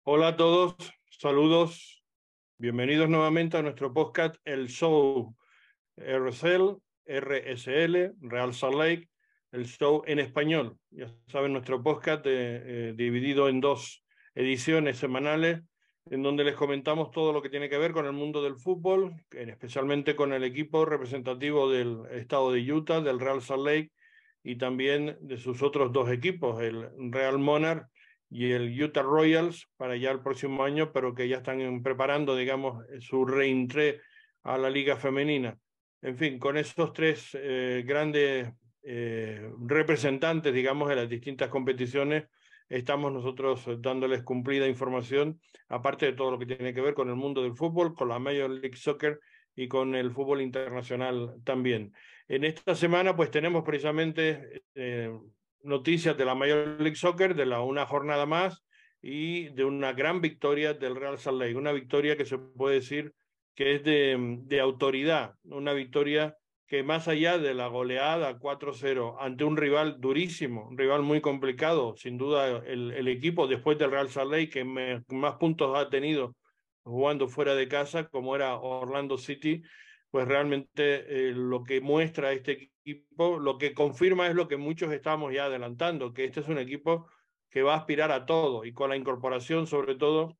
Hola a todos, saludos, bienvenidos nuevamente a nuestro podcast El Show RSL, Real Salt Lake, el show en español. Ya saben, nuestro podcast dividido en dos ediciones semanales, en donde les comentamos todo lo que tiene que ver con el mundo del fútbol, especialmente con el equipo representativo del estado de Utah, del Real Salt Lake, y también de sus otros dos equipos, el Real Monarch y el Utah Royals, para ya el próximo año, pero que ya están preparando, digamos, su reentré a la liga femenina. En fin, con esos tres grandes representantes, digamos, de las distintas competiciones, estamos nosotros dándoles cumplida información, aparte de todo lo que tiene que ver con el mundo del fútbol, con la Major League Soccer y con el fútbol internacional también. En esta semana, pues tenemos precisamente noticias de la Major League Soccer, de una jornada más y de una gran victoria del Real Salt Lake, una victoria que se puede decir que es de autoridad, una victoria que más allá de la goleada 4-0 ante un rival durísimo, un rival muy complicado, sin duda el equipo después del Real Salt Lake que más puntos ha tenido jugando fuera de casa, como era Orlando City, pues realmente lo que muestra este equipo, lo que confirma es lo que muchos estamos ya adelantando, que este es un equipo que va a aspirar a todo y con la incorporación sobre todo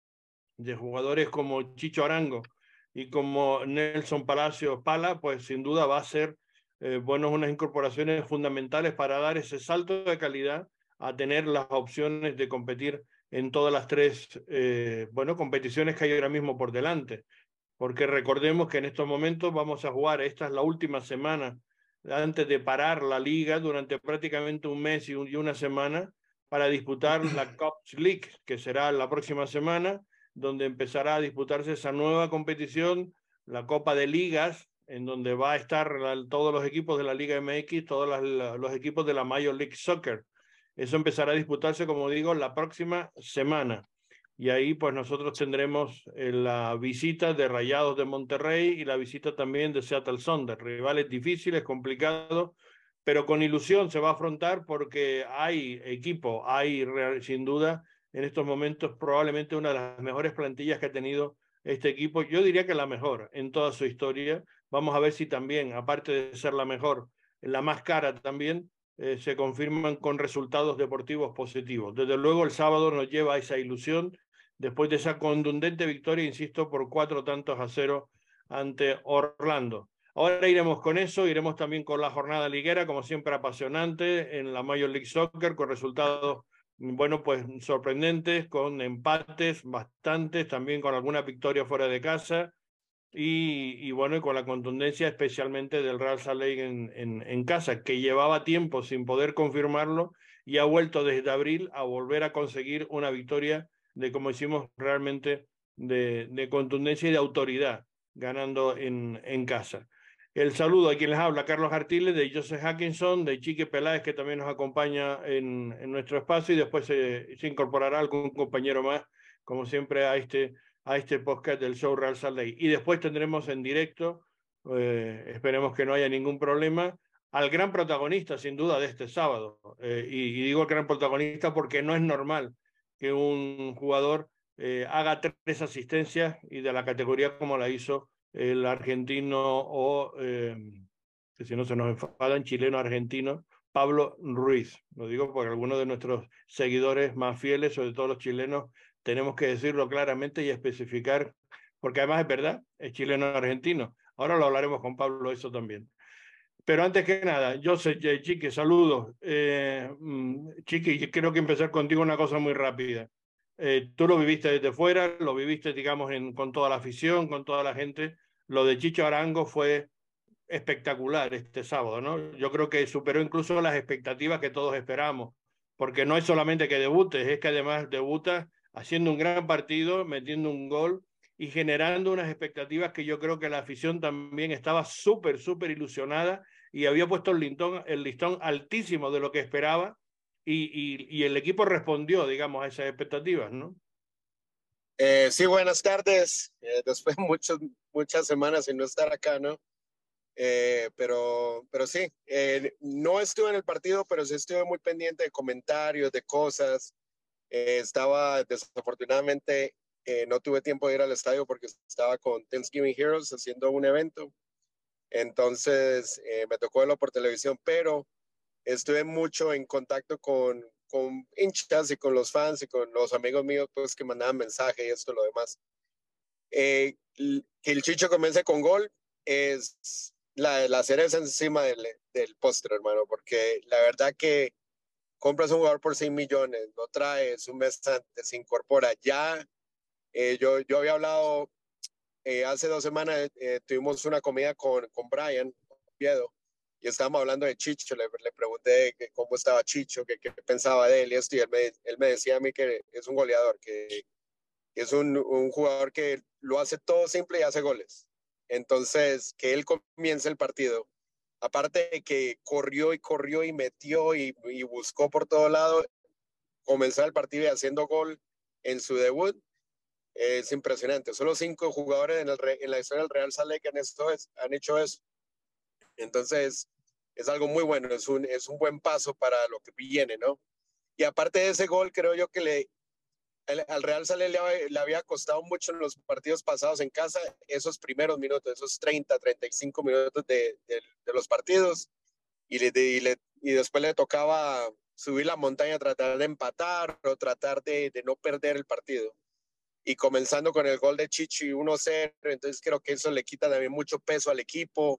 de jugadores como Chicho Arango y como Nelson Palacios Pala, pues sin duda va a ser bueno, unas incorporaciones fundamentales para dar ese salto de calidad a tener las opciones de competir en todas las tres bueno, competiciones que hay ahora mismo por delante. Porque recordemos que en estos momentos vamos a jugar, esta es la última semana antes de parar la liga durante prácticamente un mes y una semana para disputar la Cups League, que será la próxima semana, donde empezará a disputarse esa nueva competición, la Copa de Ligas, en donde va a estar todos los equipos de la Liga MX, todos los equipos de la Major League Soccer. Eso empezará a disputarse, como digo, la próxima semana. Y ahí pues nosotros tendremos la visita de Rayados de Monterrey y la visita también de Seattle Sounders, rivales difíciles, complicados, pero con ilusión se va a afrontar porque hay equipo, hay sin duda en estos momentos probablemente una de las mejores plantillas que ha tenido este equipo, yo diría que la mejor en toda su historia. Vamos a ver si también, aparte de ser la mejor, la más cara también, se confirman con resultados deportivos positivos. Desde luego el sábado nos lleva a esa ilusión después de esa contundente victoria, insisto, por 4-0 ante Orlando. Ahora iremos con eso, iremos también con la jornada liguera, como siempre apasionante, en la Major League Soccer, con resultados, bueno, pues sorprendentes, con empates bastantes, también con alguna victoria fuera de casa, y bueno, y con la contundencia especialmente del Real Salt Lake en casa, que llevaba tiempo sin poder confirmarlo y ha vuelto desde abril a volver a conseguir una victoria de, como hicimos realmente, de contundencia y de autoridad, ganando en casa. El saludo a quien les habla, Carlos Artiles, de Joseph Hackinson, de Chique Peláez, que también nos acompaña en nuestro espacio, y después se incorporará algún compañero más, como siempre, a este podcast del show Real Salt Lake. Y después tendremos en directo, esperemos que no haya ningún problema, al gran protagonista, sin duda, de este sábado. Y digo gran protagonista porque no es normal que un jugador haga tres asistencias y de la categoría como la hizo el argentino o, que si no se nos enfadan, chileno-argentino, Pablo Ruiz. Lo digo porque algunos de nuestros seguidores más fieles, sobre todo los chilenos, tenemos que decirlo claramente y especificar, porque además es verdad, es chileno-argentino. Ahora lo hablaremos con Pablo eso también. Pero antes que nada, yo sé, Chiqui, saludos. Chiqui, yo quiero que empezar contigo una cosa muy rápida. Tú lo viviste desde fuera, lo viviste, digamos, con toda la afición, con toda la gente. Lo de Chicho Arango fue espectacular este sábado, ¿no? Yo creo que superó incluso las expectativas que todos esperamos, porque no es solamente que debutes, es que además debuta haciendo un gran partido, metiendo un gol y generando unas expectativas que yo creo que la afición también estaba súper ilusionada y había puesto el listón altísimo de lo que esperaba y el equipo respondió, digamos, a esas expectativas, ¿no? Sí, buenas tardes. Después de muchas semanas sin no estar acá, ¿no? Pero sí, no estuve en el partido, pero sí estuve muy pendiente de comentarios, de cosas. Estaba desafortunadamente, no tuve tiempo de ir al estadio porque estaba con Thanksgiving Heroes haciendo un evento. Entonces me tocó verlo por televisión, pero estuve mucho en contacto con hinchas y con los fans y con los amigos míos pues que mandaban mensajes y esto y lo demás. Que el Chicho comience con gol es la cereza encima del postre, hermano, porque la verdad que compras un jugador por 6 millones, lo traes un mes antes, se incorpora ya. Yo había hablado hace 2 semanas, tuvimos una comida con Brian Oviedo y estábamos hablando de Chicho. Le pregunté que cómo estaba Chicho, qué pensaba de él y esto, y él me decía a mí que es un goleador, que es un jugador que lo hace todo simple y hace goles. Entonces, que él comience el partido, aparte de que corrió y metió y buscó por todo lado, comenzar el partido y haciendo gol en su debut, es impresionante. Solo 5 jugadores en la historia del Real Salt Lake han hecho eso. Entonces, es algo muy bueno, es un buen paso para lo que viene, ¿no? Y aparte de ese gol, creo yo que al Real Salt Lake le había costado mucho en los partidos pasados en casa esos primeros minutos, esos 35 minutos de los partidos, y después le tocaba subir la montaña, tratar de empatar o tratar de no perder el partido. Y comenzando con el gol de Chichi 1-0, entonces creo que eso le quita también mucho peso al equipo,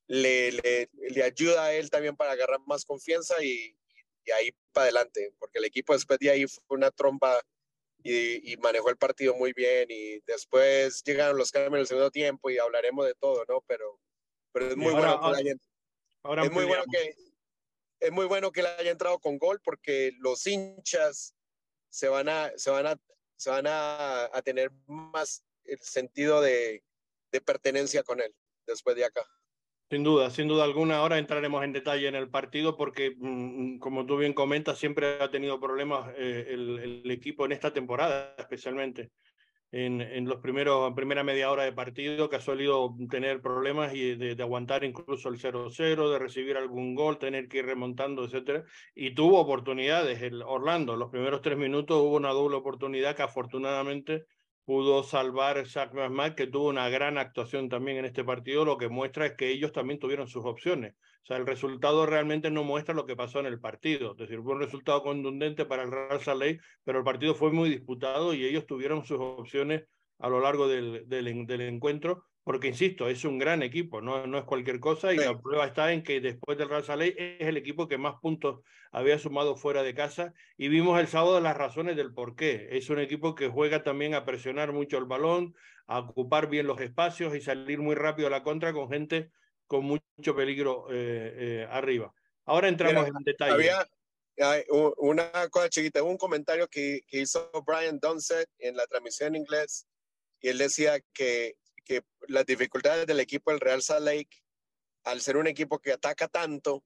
le ayuda a él también para agarrar más confianza y ahí para adelante, porque el equipo después de ahí fue una tromba y manejó el partido muy bien, y después llegaron los cambios en el segundo tiempo y hablaremos de todo, ¿no? Pero es Y muy bueno que ahora es muy bueno ampliamos. es muy bueno que él haya entrado con gol, porque los hinchas se van a, se van a, se van a tener más el sentido de pertenencia con él después de acá. Sin duda alguna. Ahora entraremos en detalle en el partido porque, como tú bien comentas, siempre ha tenido problemas el equipo en esta temporada, especialmente en los primera media hora de partido, que ha solido tener problemas y de aguantar incluso el 0-0, de recibir algún gol, tener que ir remontando, etcétera. Y tuvo oportunidades el Orlando. Los primeros 3 minutos hubo una doble oportunidad que afortunadamente pudo salvar Zach McMahon, que tuvo una gran actuación también en este partido, lo que muestra es que ellos también tuvieron sus opciones. O sea, el resultado realmente no muestra lo que pasó en el partido. Es decir, fue un resultado contundente para el Real Salt Lake, pero el partido fue muy disputado y ellos tuvieron sus opciones a lo largo del encuentro, porque insisto, es un gran equipo, no es cualquier cosa, y Sí, la prueba está en que después del Real Salt Lake es el equipo que más puntos había sumado fuera de casa, y vimos el sábado las razones del por qué. Es un equipo que juega también a presionar mucho el balón, a ocupar bien los espacios y salir muy rápido a la contra con gente con mucho peligro arriba. Ahora mira, entramos en detalle. había una cosa chiquita, un comentario que hizo Brian Dunset en la transmisión en inglés, y él decía que las dificultades del equipo del Real Salt Lake, al ser un equipo que ataca tanto,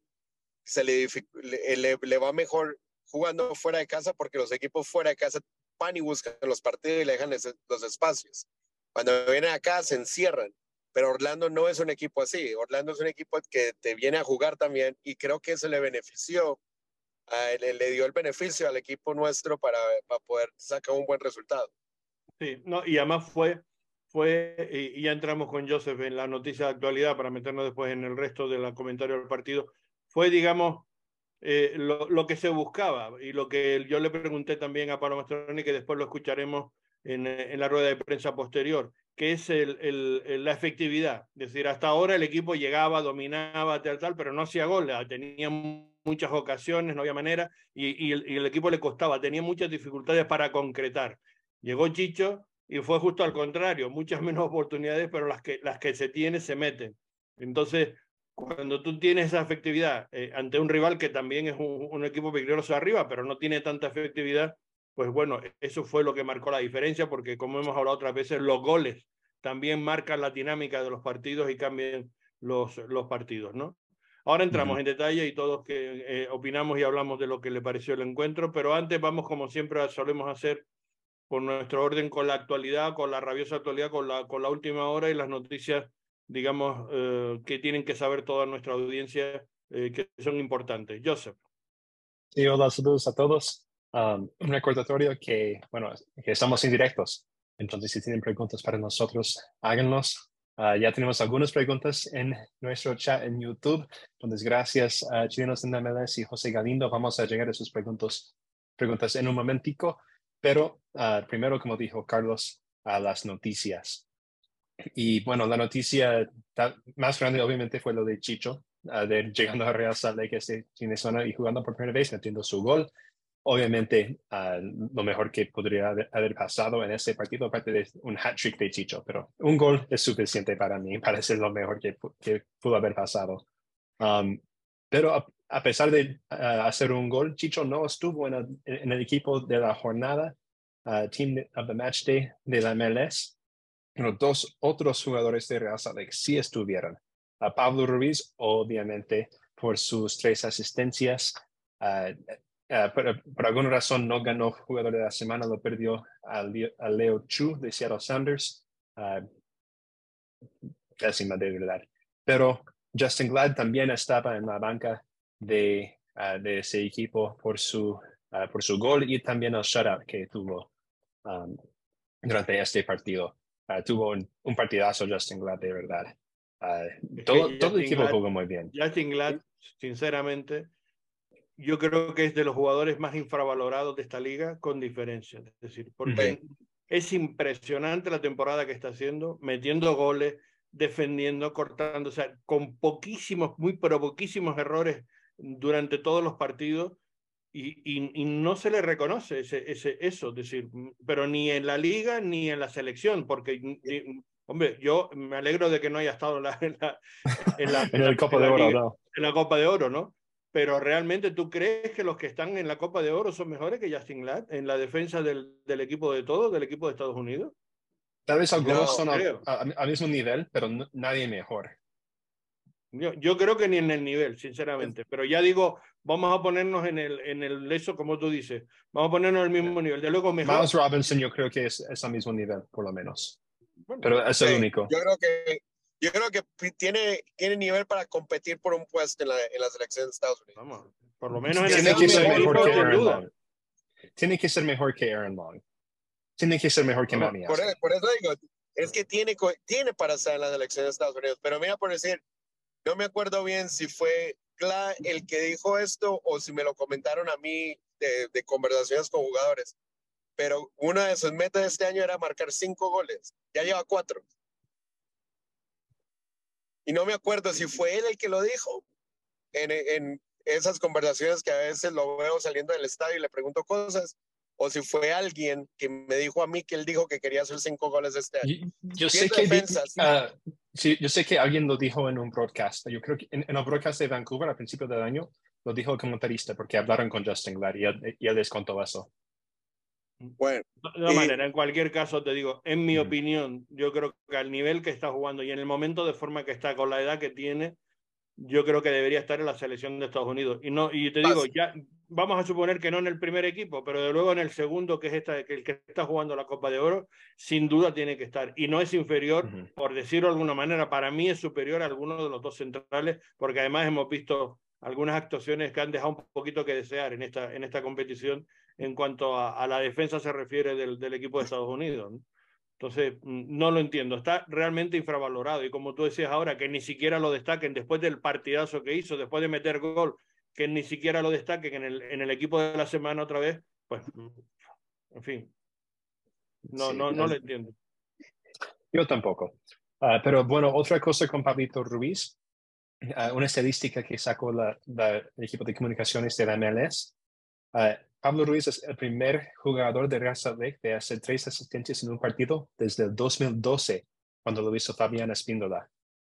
le va mejor jugando fuera de casa, porque los equipos fuera de casa van y buscan los partidos y le dejan los espacios. Cuando vienen acá se encierran, pero Orlando no es un equipo así. Orlando es un equipo que te viene a jugar también, y creo que eso le benefició, le dio el beneficio al equipo nuestro para poder sacar un buen resultado. Sí, no, y además y ya entramos con Joseph en la noticia de actualidad para meternos después en el resto del comentario del partido, fue, digamos, lo que se buscaba y lo que yo le pregunté también a Pablo Mastroeni, que después lo escucharemos en la rueda de prensa posterior, que es la efectividad. Es decir, hasta ahora el equipo llegaba, dominaba, tal, pero no hacía gol, tenía muchas ocasiones, no había manera, y el equipo le costaba, tenía muchas dificultades para concretar. Llegó Chicho y fue justo al contrario, muchas menos oportunidades, pero las que se tiene se meten. Entonces, cuando tú tienes esa efectividad ante un rival que también es un equipo peligroso arriba, pero no tiene tanta efectividad, pues bueno, eso fue lo que marcó la diferencia, porque como hemos hablado otras veces, los goles también marcan la dinámica de los partidos y cambian los partidos, ¿no? Ahora entramos en detalle y todos que opinamos y hablamos de lo que le pareció el encuentro, pero antes vamos, como siempre solemos hacer, con nuestro orden, con la actualidad, con la rabiosa actualidad, con la última hora y las noticias, digamos, que tienen que saber toda nuestra audiencia, que son importantes. Joseph. Sí, hola, saludos a todos. Un recordatorio que, bueno, que estamos en directos. Entonces, si tienen preguntas para nosotros, háganlos. Ya tenemos algunas preguntas en nuestro chat en YouTube. Entonces, gracias a Chilenos en MLS y José Galindo. Vamos a llegar a sus preguntas en un momentico. Pero primero, como dijo Carlos, a las noticias. Y bueno, la noticia más grande obviamente fue lo de Chicho, llegando a Real Salt Lake este fin de semana y jugando por primera vez, metiendo su gol. Obviamente, lo mejor que podría haber pasado en ese partido, aparte de un hat-trick de Chicho, pero un gol es suficiente para mí, para ser lo mejor que pudo haber pasado. Pero a pesar de hacer un gol, Chicho no estuvo en el equipo de la jornada, Team of the Match Day de la MLS. Pero dos otros jugadores de Real Salt Lake sí estuvieron. Pablo Ruiz, obviamente, por sus 3 asistencias. Por alguna razón no ganó jugador de la semana, lo perdió a Leo Chu de Seattle Sounders. Pésima de verdad. Pero Justin Glad también estaba en la banca de ese equipo por su gol y también el shutout que tuvo durante este partido. Tuvo un partidazo Justin Glad, de verdad. Todo el equipo jugó muy bien. Justin Glad, sinceramente, yo creo que es de los jugadores más infravalorados de esta liga, con diferencia. Es decir, porque es impresionante la temporada que está haciendo, metiendo goles, defendiendo, cortando, o sea, con poquísimos errores durante todos los partidos. Y no se le reconoce eso, es decir, pero ni en la liga ni en la selección, porque, hombre, yo me alegro de que no haya estado en la Copa de Oro, no. En la Copa de Oro, ¿no? Pero realmente, ¿tú crees que los que están en la Copa de Oro son mejores que Justin Glad en la defensa del equipo de todos, del equipo de Estados Unidos? Tal vez algunos son al mismo nivel, pero nadie mejor. Yo creo que ni en el nivel, sinceramente. Pero ya digo, vamos a ponernos en el eso, como tú dices. Vamos a ponernos en el mismo nivel. De luego mejor. Miles Robinson yo creo que es al mismo nivel, por lo menos. Bueno, pero es el único. Yo creo que tiene nivel para competir por un puesto en la selección de Estados Unidos. Vamos, por lo menos en tiene que ser mejor que Aaron Long. Tiene que ser mejor que Aaron Long. Tiene que ser mejor que Matt Miazga. Por eso digo, es que tiene para estar en la selección de Estados Unidos. Pero mira, por decir, no me acuerdo bien si fue Glad el que dijo esto o si me lo comentaron a mí de conversaciones con jugadores. Pero una de sus metas de este año era marcar 5 goles. Ya lleva 4. Y no me acuerdo si fue él el que lo dijo en esas conversaciones que a veces lo veo saliendo del estadio y le pregunto cosas, o si fue alguien que me dijo a mí que él dijo que quería hacer 5 goles este año. Yo sé yo sé que alguien lo dijo en un broadcast. Yo creo que en el broadcast de Vancouver al principio del año lo dijo el comentarista porque hablaron con Justin Glad y él les contó eso. Bueno, de todas maneras, en cualquier caso te digo, en mi opinión, yo creo que al nivel que está jugando y en el momento de forma que está, con la edad que tiene, yo creo que debería estar en la selección de Estados Unidos. Y te digo, ya vamos a suponer que no en el primer equipo, pero de luego en el segundo, que es el que está jugando la Copa de Oro, sin duda tiene que estar. Y no es inferior, por decirlo de alguna manera, para mí es superior a alguno de los dos centrales, porque además hemos visto algunas actuaciones que han dejado un poquito que desear en esta competición en cuanto a la defensa se refiere del equipo de Estados Unidos, ¿no? Entonces, no lo entiendo. Está realmente infravalorado. Y como tú decías ahora, que ni siquiera lo destaquen después del partidazo que hizo, después de meter gol, que ni siquiera lo destaquen en el equipo de la semana otra vez, pues, en fin, no lo entiendo. Yo tampoco. Pero bueno, otra cosa con Pablito Ruiz, una estadística que sacó el equipo de comunicaciones de la MLS. Pablo Ruiz es el primer jugador de Real Salt Lake de hacer 3 asistencias en un partido desde el 2012, cuando lo hizo Fabián Espíndola.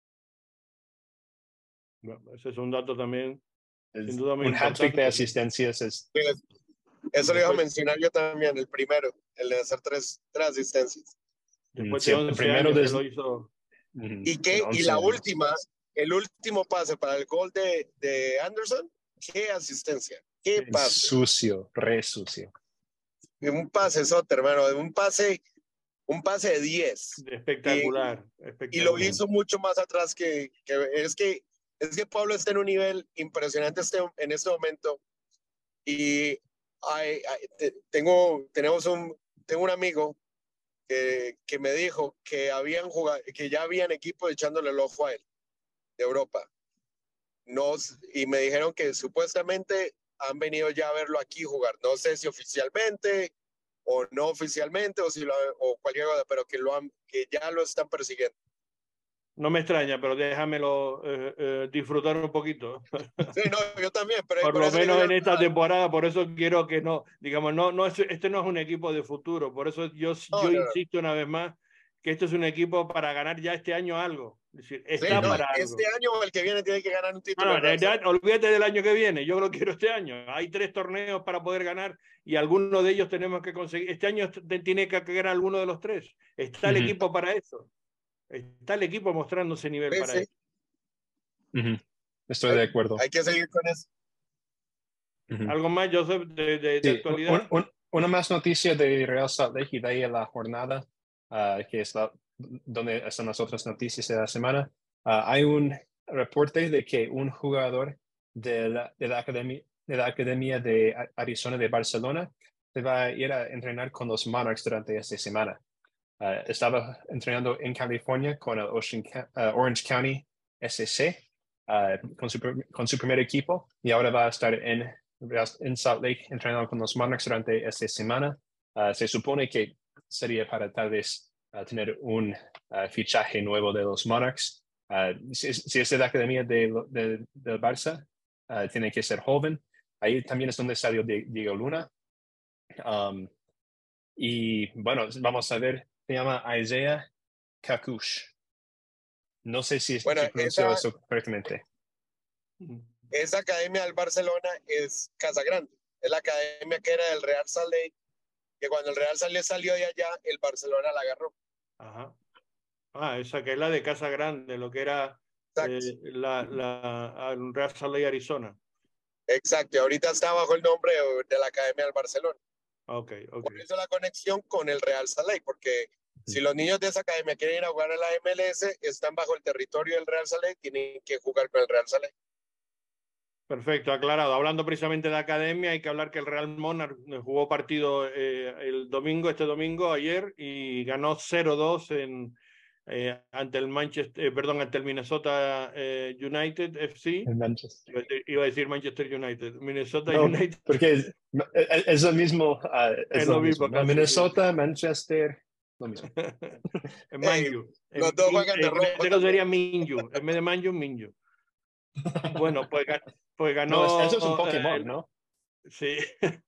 Bueno, ese es un dato también, sin duda, muy importante. Un hat-trick de asistencias es... Eso lo iba a mencionar yo también, el primero, el de hacer 3 asistencias. Después de 11 años que lo hizo. Y la última, el último pase para el gol de Anderson, qué asistencia. Qué pase. Sucio, re sucio. Un pase sote, hermano, un pase de 10. Espectacular. Y lo hizo mucho más atrás que es que Pablo está en un nivel impresionante en este momento. Y tengo un amigo que me dijo que que ya habían equipos echándole el ojo a él de Europa. Y me dijeron que supuestamente han venido ya a verlo aquí jugar. No sé si oficialmente o no oficialmente o cualquier cosa, pero que ya lo están persiguiendo. No me extraña, pero déjamelo disfrutar un poquito. Sí, no, yo también, pero por lo eso menos en esta temporada, por eso quiero que no, digamos, este no es un equipo de futuro, por eso yo insisto una vez más que este es un equipo para ganar ya este año algo. Es decir, está para algo. Este año o el que viene tiene que ganar un título. Olvídate del año que viene, yo lo quiero este año. Hay 3 torneos para poder ganar y alguno de ellos tenemos que conseguir. Este año tiene que ganar alguno de los 3. Está el equipo para eso. Está el equipo mostrando ese nivel para eso. Estoy de acuerdo. Hay que seguir con eso. ¿Algo más, Joseph, de actualidad? Una más noticia de Real Salt Lake y de ahí a la jornada, que es donde están las otras noticias de la semana. Hay un reporte de que un jugador de la Academia de Arizona de Barcelona se va a ir a entrenar con los Monarchs durante esta semana. Estaba entrenando en California con el Orange County SC con su primer equipo y ahora va a estar en Salt Lake entrenando con los Monarchs durante esta semana. Se supone que sería para tal vez tener un fichaje nuevo de los Monarchs. Si es de la academia del Barça, tiene que ser joven. Ahí también es donde salió Diego Luna. Y bueno, vamos a ver, se llama Isaiah Kakush. No sé si pronunció eso correctamente. Esa academia del Barcelona es Casagrande. Es la academia que era del Real Salt Lake, que cuando el Real Salt Lake salió de allá, el Barcelona la agarró. Ajá. Esa que es la de Casagrande, lo que era la Real Salt Lake, Arizona. Exacto, ahorita está bajo el nombre de la academia del Barcelona. Okay. Por eso la conexión con el Real Salt Lake, porque si los niños de esa academia quieren ir a jugar a la MLS, están bajo el territorio del Real Salt Lake, tienen que jugar con el Real Salt Lake. Perfecto, aclarado. Hablando precisamente de academia, hay que hablar que el Real Monarch jugó partido este domingo, ayer, y ganó 0-2 ante el ante el Minnesota United FC. Iba a decir Manchester United. Minnesota United. Porque es lo mismo. Es lo mismo. Casi, Minnesota, sí. Manchester, lo mismo. Manju. Los dos juegan de rojo. Este sería Minju. En vez de Manju, Minju. Bueno, pues ganó. No, eso es un Pokémon, ¿no? Sí.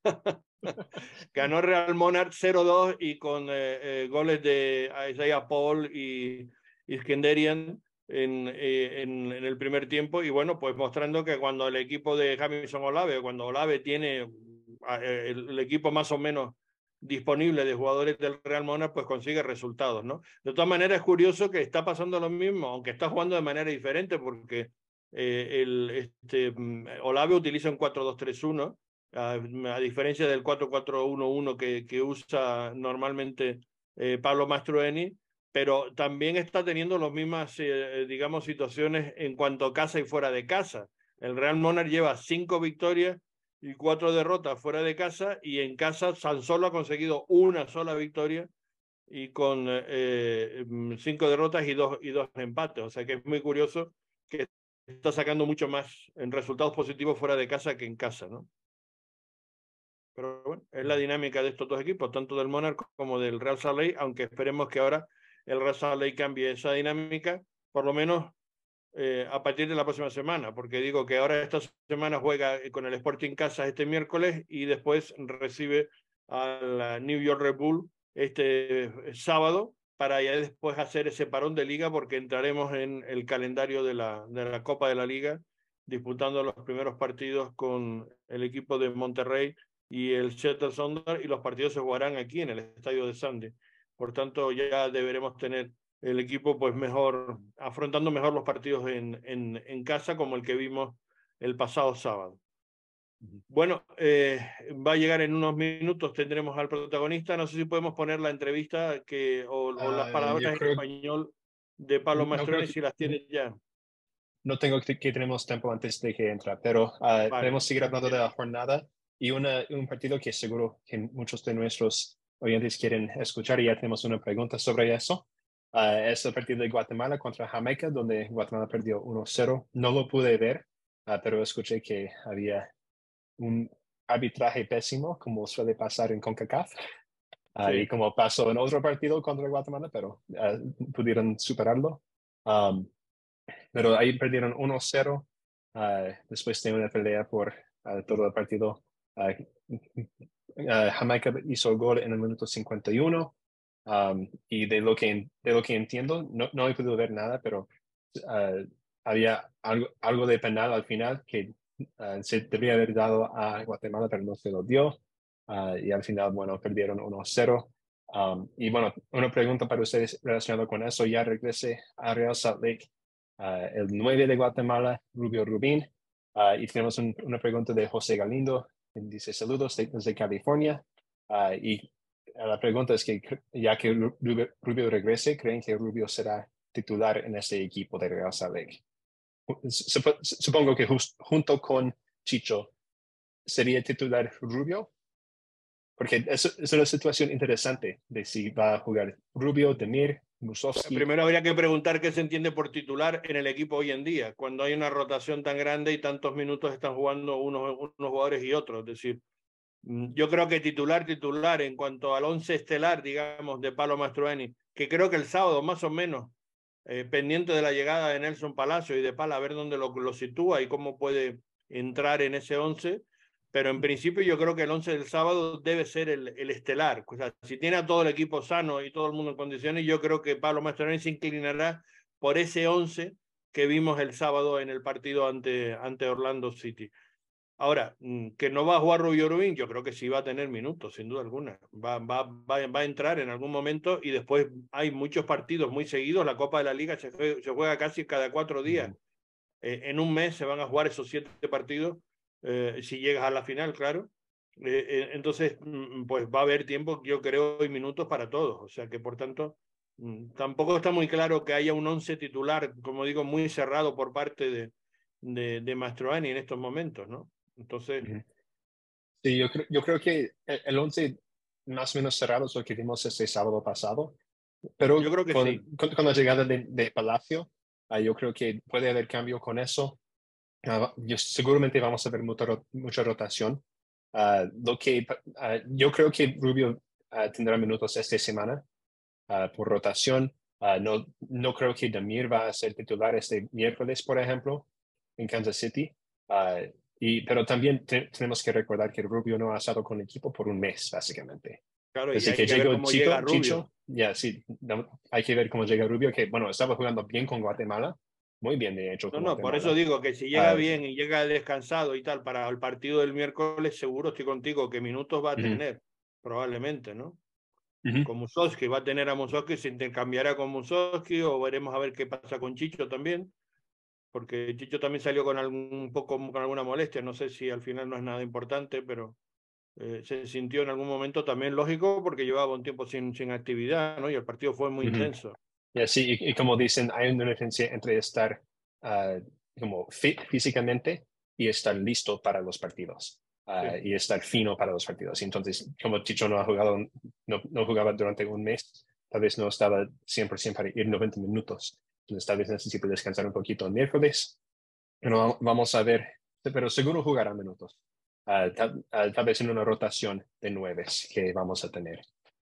Ganó Real Monarch 0-2 y con goles de Isaiah Paul y Skenderian en el primer tiempo. Y bueno, pues mostrando que cuando el equipo de Jamison Olave, cuando Olave tiene el equipo más o menos disponible de jugadores del Real Monarch, pues consigue resultados, ¿no? De todas maneras, es curioso que está pasando lo mismo, aunque está jugando de manera diferente, porque Olave utiliza un 4-2-3-1, a diferencia del 4-4-1-1 que usa normalmente Pablo Mastroeni, pero también está teniendo las mismas, digamos, situaciones en cuanto a casa y fuera de casa. El Real Monarch lleva 5 victorias y 4 derrotas fuera de casa, y en casa San Solo ha conseguido una sola victoria y con 5 derrotas y dos empates. O sea que es muy curioso que está sacando mucho más en resultados positivos fuera de casa que en casa, ¿no? Pero bueno, es la dinámica de estos dos equipos, tanto del Monarch como del Real Salt Lake, aunque esperemos que ahora el Real Salt Lake cambie esa dinámica, por lo menos a partir de la próxima semana, porque digo que ahora esta semana juega con el Sporting Kansas este miércoles y después recibe al New York Red Bull este sábado, para ya después hacer ese parón de liga, porque entraremos en el calendario de la Copa de la Liga, disputando los primeros partidos con el equipo de Monterrey y el Seattle Sounders, y los partidos se jugarán aquí en el estadio de Sandy. Por tanto, ya deberemos tener el equipo pues mejor, afrontando mejor los partidos en casa, como el que vimos el pasado sábado. Bueno, va a llegar en unos minutos, tendremos al protagonista. No sé si podemos poner la entrevista o las palabras en español de Pablo Mastroeni, si las tienes ya. No tengo que tenemos tiempo antes de que entre, pero podemos seguir hablando de la jornada. Y un partido que seguro que muchos de nuestros oyentes quieren escuchar, y ya tenemos una pregunta sobre eso. Es el partido de Guatemala contra Jamaica, donde Guatemala perdió 1-0. No lo pude ver, pero escuché que había un arbitraje pésimo, como suele pasar en CONCACAF, y Sí. como pasó en otro partido contra Guatemala, pero pudieron superarlo. Um, pero ahí perdieron 1-0 después de una pelea por todo el partido. Jamaica hizo el gol en el minuto 51. Y de lo que entiendo, no he podido ver nada, pero había algo de penal al final que se debería haber dado a Guatemala, pero no se lo dio. Y al final, bueno, perdieron 1-0. Y bueno, una pregunta para ustedes relacionada con eso. Ya regresé a Real Salt Lake, el 9 de Guatemala, Rubio Rubín. Y tenemos una pregunta de José Galindo, que dice saludos desde California. Y la pregunta es que ya que Rubio regrese, ¿creen que Rubio será titular en este equipo de Real Salt Lake? Supongo que junto con Chicho sería titular Rubio, porque es una situación interesante de si va a jugar Rubio, Demir, Musovski. Primero habría que preguntar qué se entiende por titular en el equipo hoy en día, cuando hay una rotación tan grande y tantos minutos están jugando unos jugadores y otros. Es decir, yo creo que titular en cuanto al 11 estelar, digamos, de Pablo Mastroeni, que creo que el sábado más o menos, pendiente de la llegada de Nelson Palacio y de Pala, a ver dónde lo sitúa y cómo puede entrar en ese 11. Pero en principio yo creo que el 11 del sábado debe ser el estelar. O sea, si tiene a todo el equipo sano y todo el mundo en condiciones, yo creo que Pablo Mastroeni se inclinará por ese 11 que vimos el sábado en el partido ante Orlando City. Ahora, que no va a jugar Rubio Rubín, yo creo que sí va a tener minutos, sin duda alguna. Va a entrar en algún momento y después hay muchos partidos muy seguidos. La Copa de la Liga se juega casi cada 4 días. En un mes se van a jugar esos 7 partidos, si llegas a la final, claro. Entonces, pues va a haber tiempo, yo creo, y minutos para todos. O sea que, por tanto, tampoco está muy claro que haya un 11 titular, como digo, muy cerrado por parte de Mastroeni en estos momentos, ¿no? Entonces, Sí, yo creo que el 11 más o menos cerrado es lo que vimos este sábado pasado, pero yo creo que sí. con la llegada de Palacio, yo creo que puede haber cambio con eso. Seguramente vamos a ver mucha rotación. Yo creo que Rubio tendrá minutos esta semana por rotación. No creo que Damir va a ser titular este miércoles, por ejemplo, en Kansas City. Pero también tenemos que recordar que Rubio no ha estado con el equipo por un mes, básicamente. Claro, y Desde hay que que ver llegó cómo llega Rubio. Chicho, ya sí, hay que ver cómo llega Rubio, que bueno, estaba jugando bien con Guatemala, muy bien de hecho con No, por eso Guatemala. digo que si llega bien y llega descansado y tal para el partido del miércoles, seguro estoy contigo que minutos va a Uh -huh, tener, probablemente, ¿no? uh -huh, Con Musovski, va a tener a Musovski, se intercambiará con Musovski o veremos a ver qué pasa con Chicho también, porque Chicho también salió con un poco con alguna molestia, no sé si al final no es nada importante, pero se sintió en algún momento también lógico porque llevaba un tiempo sin actividad, ¿no? Y el partido fue muy uh -huh. intenso. Sí, y como dicen, hay una diferencia entre estar como fit físicamente y estar listo para los partidos. Sí. Y estar fino para los partidos. Entonces, como Chicho no jugaba durante un mes, tal vez no estaba 100% para ir 90 minutos. Entonces, tal vez necesite descansar un poquito el miércoles. Pero vamos a ver, pero seguro jugará minutos. Tal vez en una rotación de 9 que vamos a tener.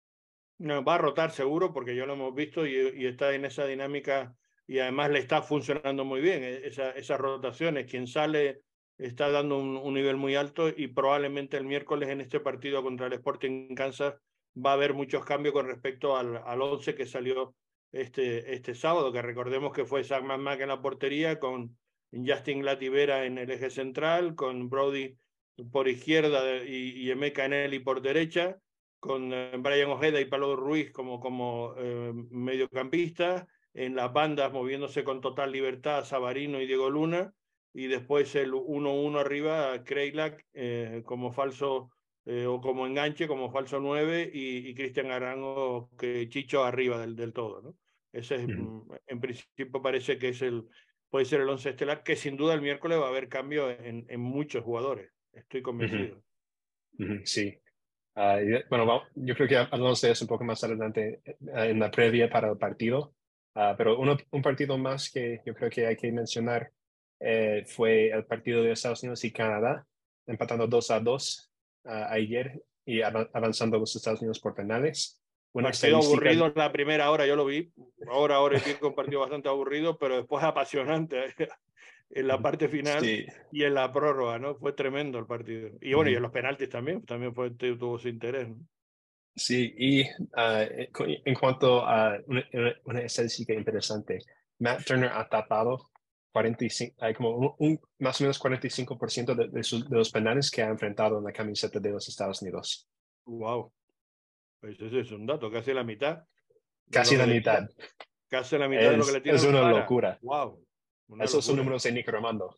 No, va a rotar seguro porque ya lo hemos visto y está en esa dinámica y además le está funcionando muy bien esas rotaciones. Quien sale está dando un nivel muy alto y probablemente el miércoles en este partido contra el Sporting Kansas va a haber muchos cambios con respecto al 11 que salió este sábado, que recordemos que fue Zach McMack en la portería con Justin Lativera en el eje central, con Brody por izquierda y Emeka Eneli por derecha, con Brian Ojeda y Pablo Ruiz como mediocampistas, en las bandas moviéndose con total libertad Savarino y Diego Luna, y después el 1-1 arriba, Kreilak como falso o como enganche, como falso 9, y Cristian Arango, que Chicho arriba del todo, ¿no? Ese es, en principio parece que puede ser el 11 estelar, que sin duda el miércoles va a haber cambio en muchos jugadores, estoy convencido. Sí. Bueno, yo creo que hablamos de eso un poco más adelante en la previa para el partido. Pero un partido más que yo creo que hay que mencionar fue el partido de Estados Unidos y Canadá, empatando 2-2 ayer y avanzando los Estados Unidos por penales. Una Partido estadística. aburrido en la primera hora, yo lo vi. Hora y pico, un partido bastante aburrido, pero después apasionante en la parte final Sí. y en la prórroga, ¿no? Fue tremendo el partido. Y bueno, y en los penaltis también tuvo su interés, ¿no? Sí, y en cuanto a una estadística interesante, Matt Turner ha tapado 45, hay como más o menos 45% de los penales que ha enfrentado en la camiseta de los Estados Unidos. Wow, pues ese es un dato, casi la mitad de lo Casi que la le mitad. casi la mitad de lo que le Es tiran una para. locura. Wow, una Esos son locura. números de Nick Romando.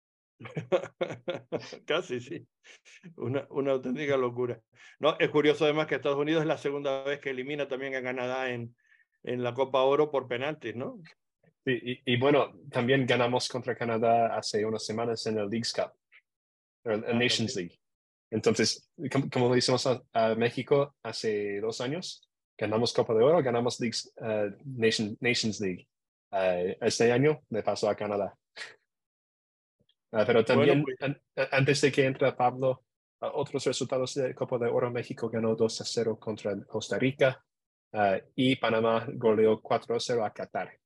Casi, sí. Una auténtica locura. No, es curioso además que Estados Unidos es la segunda vez que elimina también a Canadá en la Copa Oro por penaltis, ¿no? Sí, y bueno, también ganamos contra Canadá hace unas semanas en el Leagues Cup, el Nations También. League. Entonces, como lo hicimos a México hace 2 años, ganamos Copa de Oro, ganamos Nations League. Este año le pasó a Canadá. Pero Bueno, también, pues antes de que entre Pablo, otros resultados de Copa de Oro, México ganó 2-0 contra Costa Rica y Panamá goleó 4-0 a Qatar.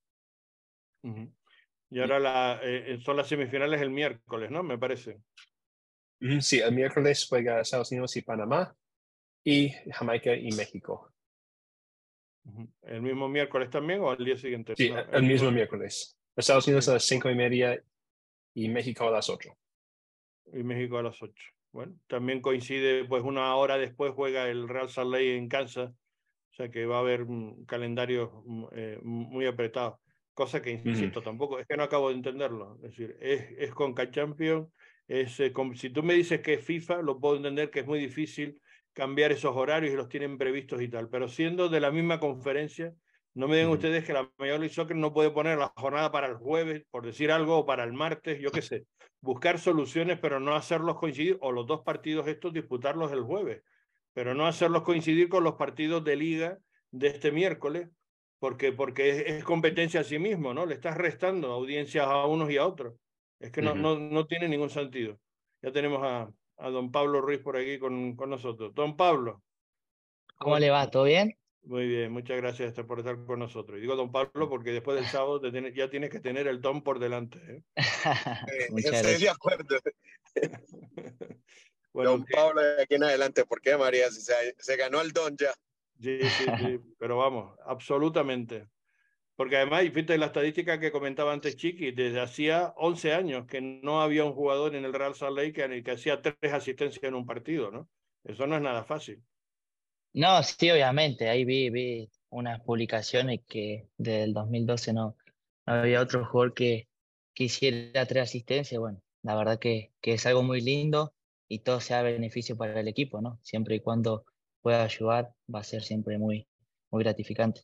y ahora son las semifinales el miércoles, ¿no? Me parece. Sí, el miércoles juega Estados Unidos y Panamá y Jamaica y México. ¿El mismo miércoles también o al día siguiente? Sí, No, el mismo miércoles. Estados Unidos a las 5:30 y México a las 8. Y México a las 8. Bueno, también coincide, pues una hora después juega el Real Salt Lake en Kansas, o sea que va a haber un calendario muy apretado. Cosa que, insisto, tampoco, es que no acabo de entenderlo. Es decir, es Conca Champions, si tú me dices que es FIFA, lo puedo entender que es muy difícil cambiar esos horarios y los tienen previstos y tal, pero siendo de la misma conferencia, no me digan ustedes que la Major League Soccer no puede poner la jornada para el jueves, por decir algo, o para el martes, yo qué sé. Buscar soluciones, pero no hacerlos coincidir, o los dos partidos estos disputarlos el jueves, pero no hacerlos coincidir con los partidos de liga de este miércoles, porque es competencia a sí mismo, ¿no? Le estás restando audiencias a unos y a otros. Es que no tiene ningún sentido. Ya tenemos a don Pablo Ruiz por aquí con nosotros. Don Pablo. ¿Cómo le va? ¿Todo bien? Muy bien, muchas gracias por estar con nosotros. Y digo don Pablo porque después del sábado ya tienes que tener el don por delante, ¿eh? Muchas Estoy de gracias. acuerdo. Bueno, Don Pablo, de aquí en adelante, ¿por qué, María? Si se ganó el don ya. sí, pero vamos, absolutamente. Porque además, y fíjate la estadística que comentaba antes Chiqui, desde hacía 11 años que no había un jugador en el Real Salt Lake que hacía 3 asistencias en un partido, ¿no? Eso no es nada fácil. No, sí, obviamente. Ahí vi unas publicaciones que desde el 2012 no había otro jugador que hiciera 3 asistencias. Bueno, la verdad que es algo muy lindo y todo sea beneficio para el equipo, ¿no? Siempre y cuando pueda ayudar, va a ser siempre muy gratificante.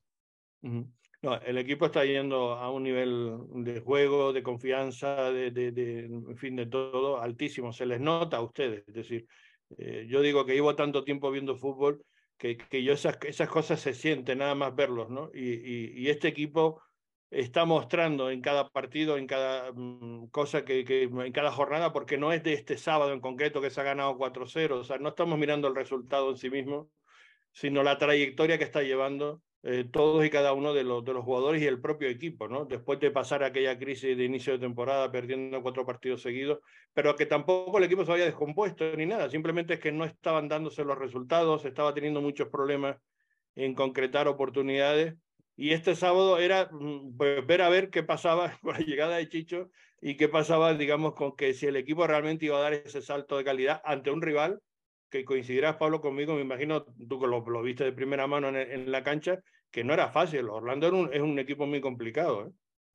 No, el equipo está yendo a un nivel de juego, de confianza, en fin, de todo altísimo. Se les nota a ustedes. Es decir, yo digo que llevo tanto tiempo viendo fútbol que yo esas cosas se sienten nada más verlos, ¿no? Y este equipo está mostrando en cada partido, en cada cosa en cada jornada, porque no es de este sábado en concreto que se ha ganado 4-0. O sea, no estamos mirando el resultado en sí mismo, sino la trayectoria que está llevando todos y cada uno de los jugadores y el propio equipo, ¿no? Después de pasar aquella crisis de inicio de temporada, perdiendo 4 partidos seguidos, pero que tampoco el equipo se había descompuesto ni nada, simplemente es que no estaban dándose los resultados, estaba teniendo muchos problemas en concretar oportunidades, y este sábado era pues, ver a ver qué pasaba con la llegada de Chicho y qué pasaba, digamos, con que si el equipo realmente iba a dar ese salto de calidad ante un rival que coincidirás, Pablo, conmigo, me imagino, tú que lo viste de primera mano en la cancha, que no era fácil. Orlando es un equipo muy complicado, ¿eh?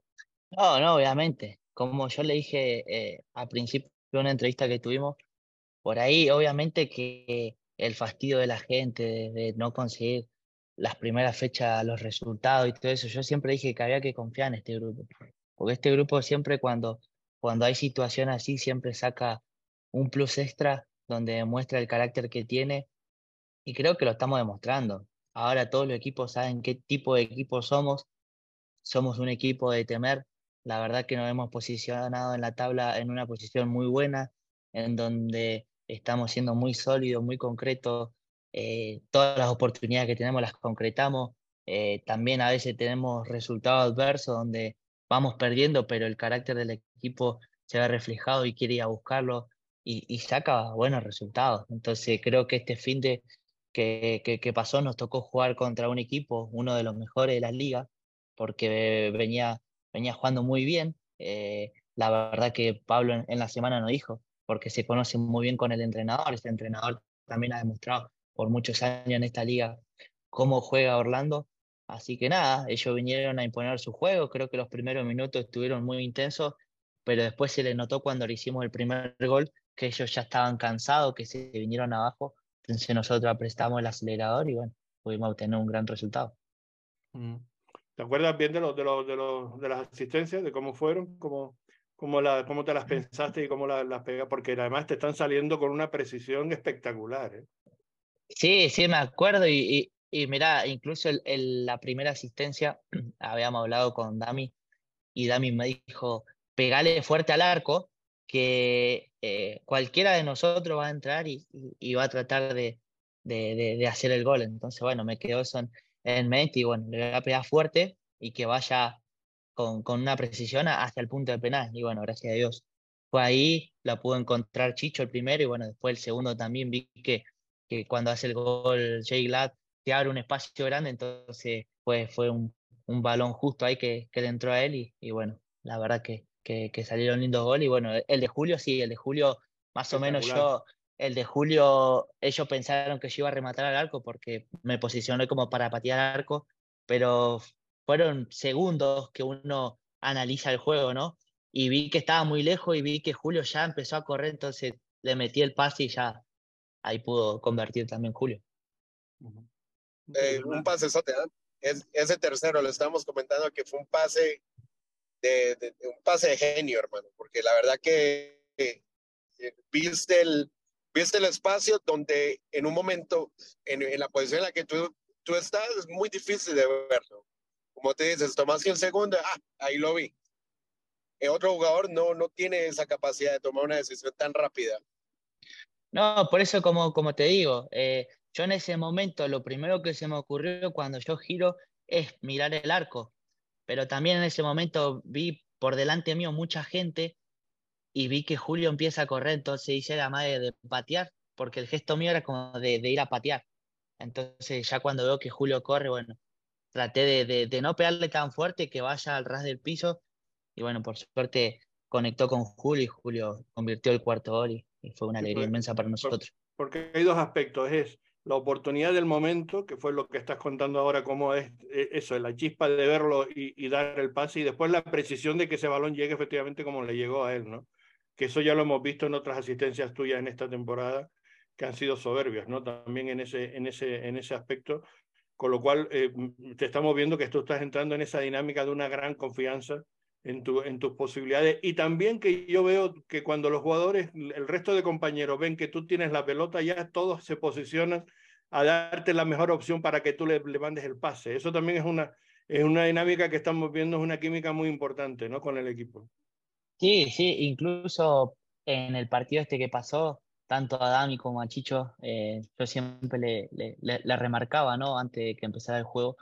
No, obviamente. Como yo le dije al principio de una entrevista que tuvimos, por ahí obviamente que el fastidio de la gente de no conseguir las primeras fechas, los resultados y todo eso, yo siempre dije que había que confiar en este grupo. Porque este grupo siempre cuando hay situaciones así, siempre saca un plus extra donde demuestra el carácter que tiene y creo que lo estamos demostrando. Ahora todos los equipos saben qué tipo de equipo somos. Somos un equipo de temer. La verdad que nos hemos posicionado en la tabla en una posición muy buena, en donde estamos siendo muy sólidos, muy concretos. Todas las oportunidades que tenemos las concretamos. También a veces tenemos resultados adversos donde vamos perdiendo, pero el carácter del equipo se ve reflejado y quiere ir a buscarlo y saca buenos resultados. Entonces creo que este fin de que pasó nos tocó jugar contra un equipo, uno de los mejores de la liga, porque venía jugando muy bien. La verdad que Pablo en la semana nos dijo, porque se conoce muy bien con el entrenador. Este entrenador también ha demostrado por muchos años en esta liga cómo juega Orlando. Así que nada, ellos vinieron a imponer su juego. Creo que los primeros minutos estuvieron muy intensos, pero después se les notó cuando le hicimos el primer gol que ellos ya estaban cansados, que se vinieron abajo. Entonces nosotros aprestamos el acelerador y bueno, pudimos obtener un gran resultado. Mm. ¿Te acuerdas bien de las asistencias, de cómo fueron, cómo te las pensaste y cómo las pegas? Porque además te están saliendo con una precisión espectacular, ¿eh? Sí, sí, me acuerdo y mirá, incluso la primera asistencia habíamos hablado con Dami y Dami me dijo, pegale fuerte al arco, que cualquiera de nosotros va a entrar y va a tratar de hacer el gol. Entonces, bueno, me quedó eso en mente y bueno, le voy a pegar fuerte y que vaya con una precisión hacia el punto de penal. Y bueno, gracias a Dios. Fue ahí, la pudo encontrar Chicho el primero y bueno, después el segundo también vi que cuando hace el gol Jay Glad te abre un espacio grande, entonces fue un balón justo ahí que le entró a él y bueno, la verdad que salieron lindos goles y bueno, el de Julio sí, el de Julio más o menos Espectacular. el de Julio, ellos pensaron que yo iba a rematar al arco porque me posicioné como para patear al arco, pero fueron segundos que uno analiza el juego, ¿no? Y vi que estaba muy lejos y vi que Julio ya empezó a correr, entonces le metí el pase y ya ahí pudo convertir también Julio. Un pase sote, ¿eh? Ese tercero lo estamos comentando que fue un pase un pase de genio, hermano, porque la verdad que viste el espacio donde en un momento, en la posición en la que tú estás, es muy difícil de verlo. Como te dices, tomaste un segundo, ahí lo vi. Otro jugador no tiene esa capacidad de tomar una decisión tan rápida. No, por eso como te digo, yo en ese momento lo primero que se me ocurrió cuando yo giro es mirar el arco, pero también en ese momento vi por delante mío mucha gente y vi que Julio empieza a correr, entonces hice la madre de patear, porque el gesto mío era como de ir a patear. Entonces ya cuando veo que Julio corre, bueno, traté de no pegarle tan fuerte que vaya al ras del piso y bueno, por suerte conectó con Julio y Julio convirtió el cuarto gol y fue una Sí, alegría inmensa para nosotros. porque hay dos aspectos. Es la oportunidad del momento, que fue lo que estás contando ahora, cómo es eso, la chispa de verlo y dar el pase, y después la precisión de que ese balón llegue efectivamente como le llegó a él, ¿no? Que eso ya lo hemos visto en otras asistencias tuyas en esta temporada, que han sido soberbias, ¿no? También en ese aspecto, con lo cual te estamos viendo que tú estás entrando en esa dinámica de una gran confianza en tus posibilidades. Y también que yo veo que cuando los jugadores, el resto de compañeros ven que tú tienes la pelota, ya todos se posicionan a darte la mejor opción para que tú le mandes el pase. Eso también es una dinámica que estamos viendo, es una química muy importante, ¿no? Con el equipo. Sí, sí, incluso en el partido este que pasó, tanto a Dami como a Chicho, yo siempre le remarcaba, ¿no? Antes de que empezara el juego,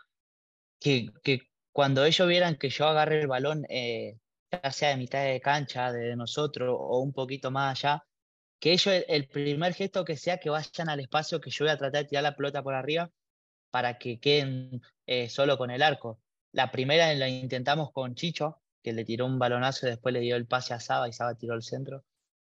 que cuando ellos vieran que yo agarré el balón, ya sea de mitad de cancha, de nosotros o un poquito más allá, que ellos el primer gesto que sea que vayan al espacio que yo voy a tratar de tirar la pelota por arriba para que queden solo con el arco. La primera la intentamos con Chicho, que le tiró un balonazo y después le dio el pase a Saba y Saba tiró el centro.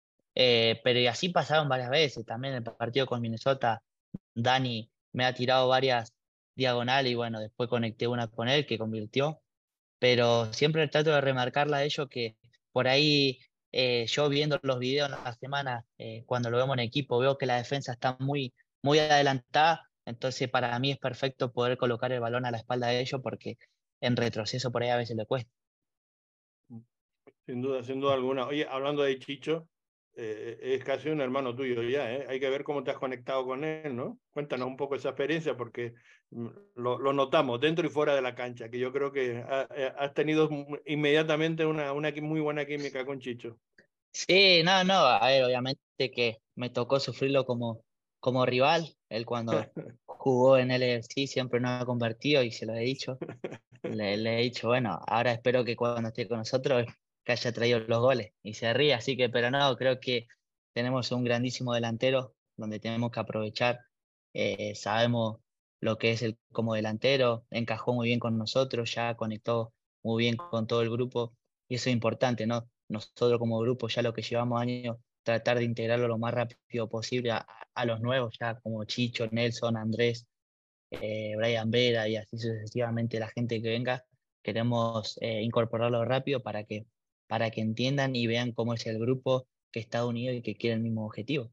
Pero y así pasaron varias veces. También en el partido con Minnesota, Dani me ha tirado varias diagonales y bueno, después conecté una con él que convirtió. Pero siempre trato de remarcarla a ellos que por ahí yo viendo los videos en la semana, cuando lo vemos en equipo, veo que la defensa está muy adelantada, entonces para mí es perfecto poder colocar el balón a la espalda de ellos porque en retroceso por ahí a veces le cuesta. Sin duda alguna. Oye, hablando de Chicho, es casi un hermano tuyo ya, ¿eh? Hay que ver cómo te has conectado con él, ¿no? Cuéntanos un poco esa experiencia, porque lo notamos dentro y fuera de la cancha, que yo creo que has tenido inmediatamente una muy buena química con Chicho. Sí, no, no, a ver, obviamente que me tocó sufrirlo como rival. Él cuando jugó en el LFC siempre nos ha convertido y se lo he dicho. Le he dicho, bueno, ahora espero que cuando esté con nosotros que haya traído los goles y se ríe, así que, pero no, creo que tenemos un grandísimo delantero donde tenemos que aprovechar. Sabemos lo que es él como delantero, encajó muy bien con nosotros, ya conectó muy bien con todo el grupo y eso es importante, ¿no? Nosotros como grupo, ya lo que llevamos años, tratar de integrarlo lo más rápido posible a los nuevos, ya como Chicho, Nelson, Andrés, Brian Vera y así sucesivamente la gente que venga, queremos incorporarlo rápido para que entiendan y vean cómo es el grupo que está unido y que quiere el mismo objetivo.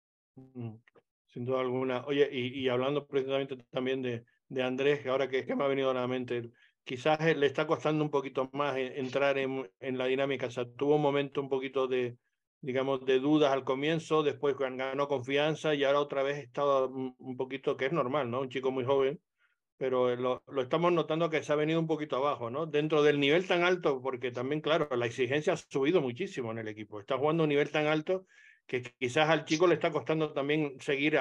Sin duda alguna. Oye, y hablando precisamente también de Andrés, que ahora que me ha venido a la mente, quizás le está costando un poquito más entrar en la dinámica. O sea, tuvo un momento un poquito de, digamos, de dudas al comienzo, después ganó confianza y ahora otra vez está un poquito, que es normal, ¿no? Un chico muy joven, pero lo estamos notando que se ha venido un poquito abajo, ¿no? Dentro del nivel tan alto, porque también, claro, la exigencia ha subido muchísimo en el equipo. Está jugando a un nivel tan alto que quizás al chico le está costando también seguir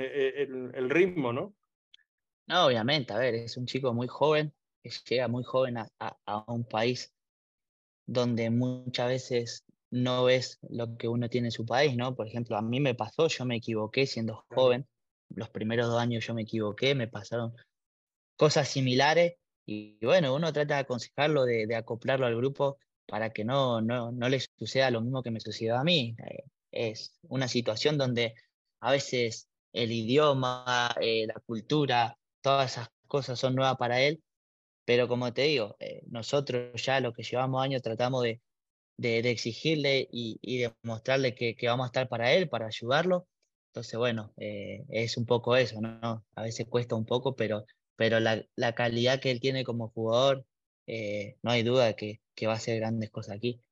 el ritmo, ¿no? No, obviamente, a ver, es un chico muy joven, que llega muy joven a un país donde muchas veces no ves lo que uno tiene en su país, ¿no? Por ejemplo, a mí me pasó, yo me equivoqué siendo Claro. joven, los primeros 2 años yo me equivoqué, me pasaron cosas similares y bueno, uno trata de aconsejarlo, de acoplarlo al grupo para que no le suceda lo mismo que me sucedió a mí. Es una situación donde a veces el idioma, la cultura, todas esas cosas son nuevas para él, pero como te digo, nosotros ya lo que llevamos años tratamos de exigirle y de mostrarle que vamos a estar para él, para ayudarlo. Entonces, bueno, es un poco eso, ¿no? A veces cuesta un poco, pero la calidad que él tiene como jugador, no hay duda que va a hacer grandes cosas aquí.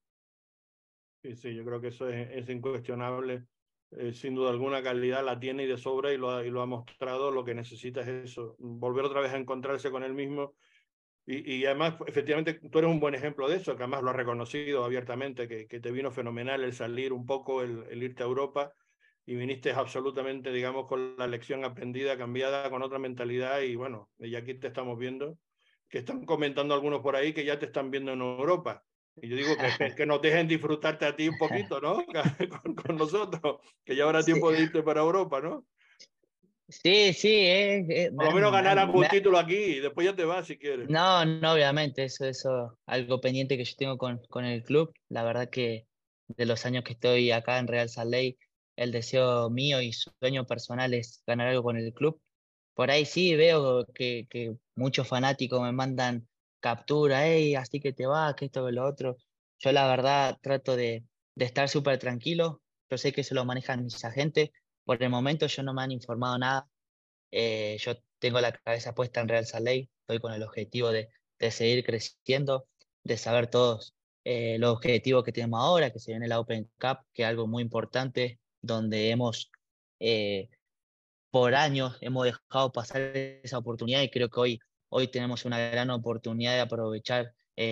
Sí, sí, yo creo que eso es incuestionable. Sin duda alguna calidad la tiene y de sobra y lo ha mostrado. Lo que necesita es eso, volver otra vez a encontrarse con él mismo. Y además, efectivamente, tú eres un buen ejemplo de eso, que además lo has reconocido abiertamente, que te vino fenomenal el salir un poco, el irte a Europa y viniste absolutamente, digamos, con la lección aprendida, cambiada, con otra mentalidad y bueno, y aquí te estamos viendo, que están comentando algunos por ahí que ya te están viendo en Europa. Y yo digo que nos dejen disfrutarte a ti un poquito, ¿no? Con nosotros, que ya habrá Sí, tiempo de irte para Europa, ¿no? sí, sí, Por lo menos ganar algún título aquí y después ya te vas si quieres. no, no, obviamente, eso algo pendiente que yo tengo con el club. La verdad que de los años que estoy acá en Real Salt Lake, el deseo mío y sueño personal es ganar algo con el club. Por ahí sí veo que muchos fanáticos me mandan captura, hey, así que te vas, que esto, que lo otro. Yo la verdad trato de estar súper tranquilo. Yo sé que se lo manejan mis agentes. Por el momento yo no me han informado nada. Yo tengo la cabeza puesta en Real Salt Lake, estoy con el objetivo de seguir creciendo, de saber todos los objetivos que tenemos ahora, que se viene la Open Cup, que es algo muy importante, donde eh, por años hemos dejado pasar esa oportunidad y creo que hoy tenemos una gran oportunidad de aprovechar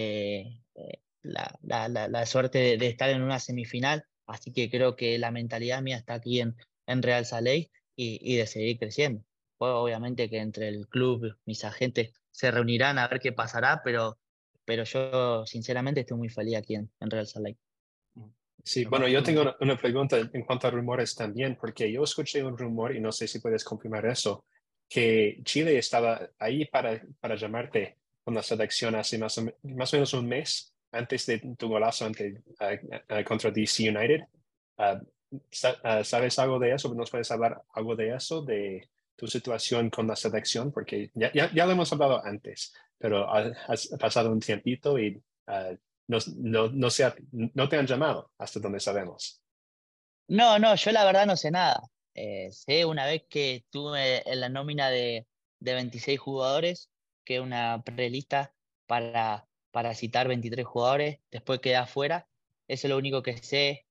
la suerte de estar en una semifinal, así que creo que la mentalidad mía está aquí en Real Salt Lake y de seguir creciendo. Pues, obviamente que entre el club, mis agentes se reunirán a ver qué pasará, pero yo sinceramente estoy muy feliz aquí en Real Salt Lake. Sí, bueno, Además, yo tengo una pregunta en cuanto a rumores también, porque yo escuché un rumor, y no sé si puedes confirmar eso, que Chile estaba ahí para llamarte con la selección hace más o menos un mes antes de tu golazo contra DC United. Ah, ¿Sabes algo de eso? ¿Nos puedes hablar algo de eso, de tu situación con la selección? Porque ya lo hemos hablado antes, pero ha pasado un tiempito y no te han llamado hasta donde sabemos. No, no, yo la verdad no sé nada. Sé una vez que estuve en la nómina de 26 jugadores, que es una prelista para citar 23 jugadores, después quedé afuera. Eso es lo único que sé.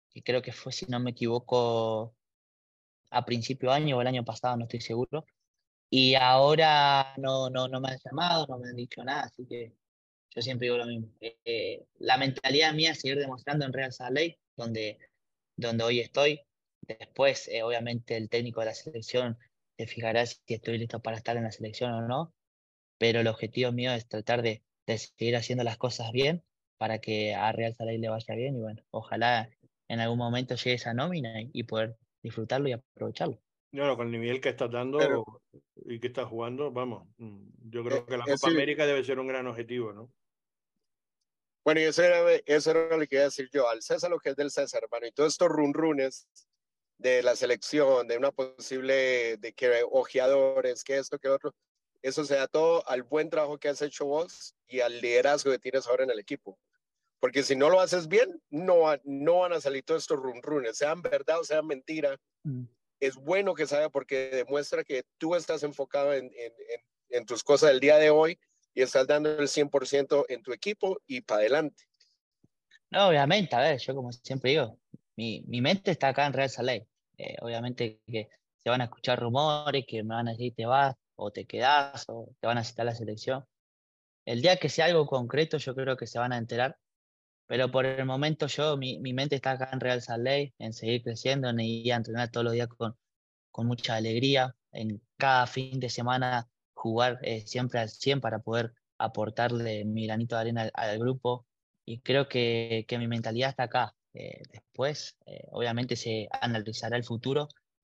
que creo que fue, si no me equivoco, a principio de año o el año pasado, no estoy seguro. Y ahora no me han llamado, no me han dicho nada, así que yo siempre digo lo mismo. La mentalidad mía es seguir demostrando en Real Salt Lake, donde hoy estoy. Después, obviamente, el técnico de la selección se fijará si estoy listo para estar en la selección o no, pero el objetivo mío es tratar de seguir haciendo las cosas bien para que a Real Salt Lake le vaya bien y bueno, ojalá en algún momento llegue esa nómina y poder disfrutarlo y aprovecharlo. Bueno, con el nivel que estás Pero dando y que estás jugando, vamos, yo creo que la Copa ese, América debe ser un gran objetivo, ¿no? bueno, y eso era lo que iba a decir yo. Al César lo que es del César, hermano. Y todos estos run-runes de la selección, de una posible, de que ojeadores, que esto, que otro, eso se da todo al buen trabajo que has hecho vos y al liderazgo que tienes ahora en el equipo. Porque si no lo haces bien, no van a salir todos estos run-runes, sean verdad o sean mentira. Mm. Es bueno que salga porque demuestra que tú estás enfocado en tus cosas del día de hoy y estás dando el 100% en tu equipo y para adelante. No, obviamente, a ver, yo como siempre digo, mi mente está acá en Real Salt Lake. Obviamente que se van a escuchar rumores, que me van a decir te vas, o te quedás, o te van a citar a la selección. El día que sea algo concreto, yo creo que se van a enterar, pero por el momento mi mente está acá en Real Salt Lake, en seguir creciendo, en ir a entrenar todos los días con mucha alegría, en cada fin de semana jugar siempre al 100 para poder aportarle mi granito de arena al grupo. Y creo que mi mentalidad está acá. Después, obviamente, se analizará el futuro,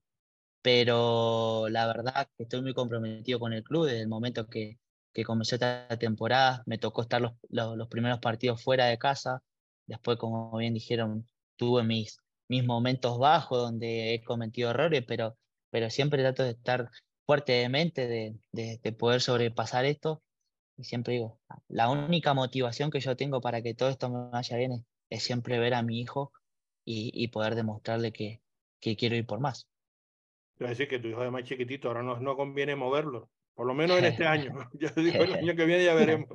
pero la verdad que estoy muy comprometido con el club desde el momento que comenzó esta temporada. Me tocó estar los primeros partidos fuera de casa. Después, como bien dijeron, tuve mis momentos bajos donde he cometido errores, pero siempre trato de estar fuerte de mente, de poder sobrepasar esto. Y siempre digo, la única motivación que yo tengo para que todo esto me vaya bien es siempre ver a mi hijo y poder demostrarle que quiero ir por más. Es decir, que tu hijo es más chiquitito, ahora no conviene moverlo, por lo menos en este año. Ya digo, el año que viene ya veremos.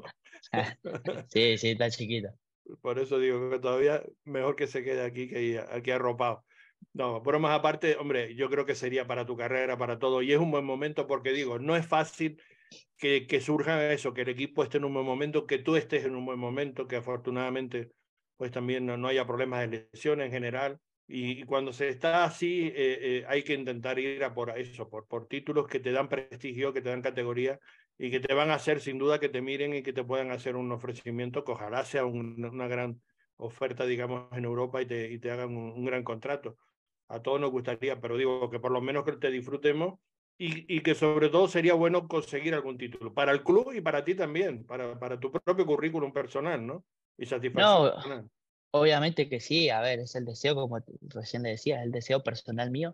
Sí, sí, está chiquito. Por eso digo que todavía mejor que se quede aquí que aquí arropado. No, pero más aparte, hombre, yo creo que sería para tu carrera, para todo, y es un buen momento porque digo, no es fácil que surja eso, que el equipo esté en un buen momento, que tú estés en un buen momento, que afortunadamente pues también no haya problemas de lesión en general. Y cuando se está así, hay que intentar ir a por eso, por títulos que te dan prestigio, que te dan categoría y que te van a hacer sin duda que te miren y que te puedan hacer un ofrecimiento que ojalá sea una gran oferta, digamos, en Europa y te hagan un gran contrato. A todos nos gustaría, pero digo que por lo menos que te disfrutemos y que sobre todo sería bueno conseguir algún título para el club y para ti también, para tu propio currículum personal, ¿no? Y satisfacción No, personal. obviamente que sí, a ver, es el deseo, como recién decía, es el deseo personal mío,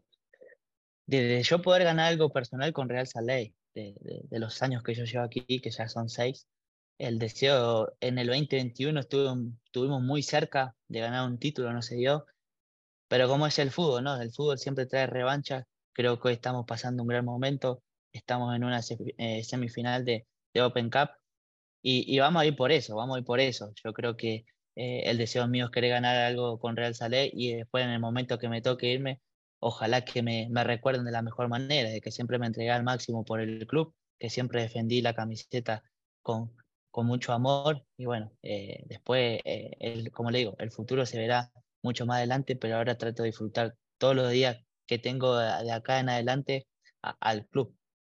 de yo poder ganar algo personal con Real Salt Lake, de los años que yo llevo aquí, que ya son 6. El deseo en el 2021 estuvimos muy cerca de ganar un título, no se dio, pero como es el fútbol, ¿no? El fútbol siempre trae revancha. Creo que hoy estamos pasando un gran momento, estamos en una semifinal de Open Cup y vamos a ir por eso, vamos a ir por eso. Yo creo que el deseo mío es querer ganar algo con Real Salé y después en el momento que me toque irme, ojalá que me recuerden de la mejor manera, de que siempre me entregué al máximo por el club, que siempre defendí la camiseta con, con mucho amor y bueno, después, como le digo, el futuro se verá mucho más adelante, pero ahora trato de disfrutar todos los días que tengo de acá en adelante al club.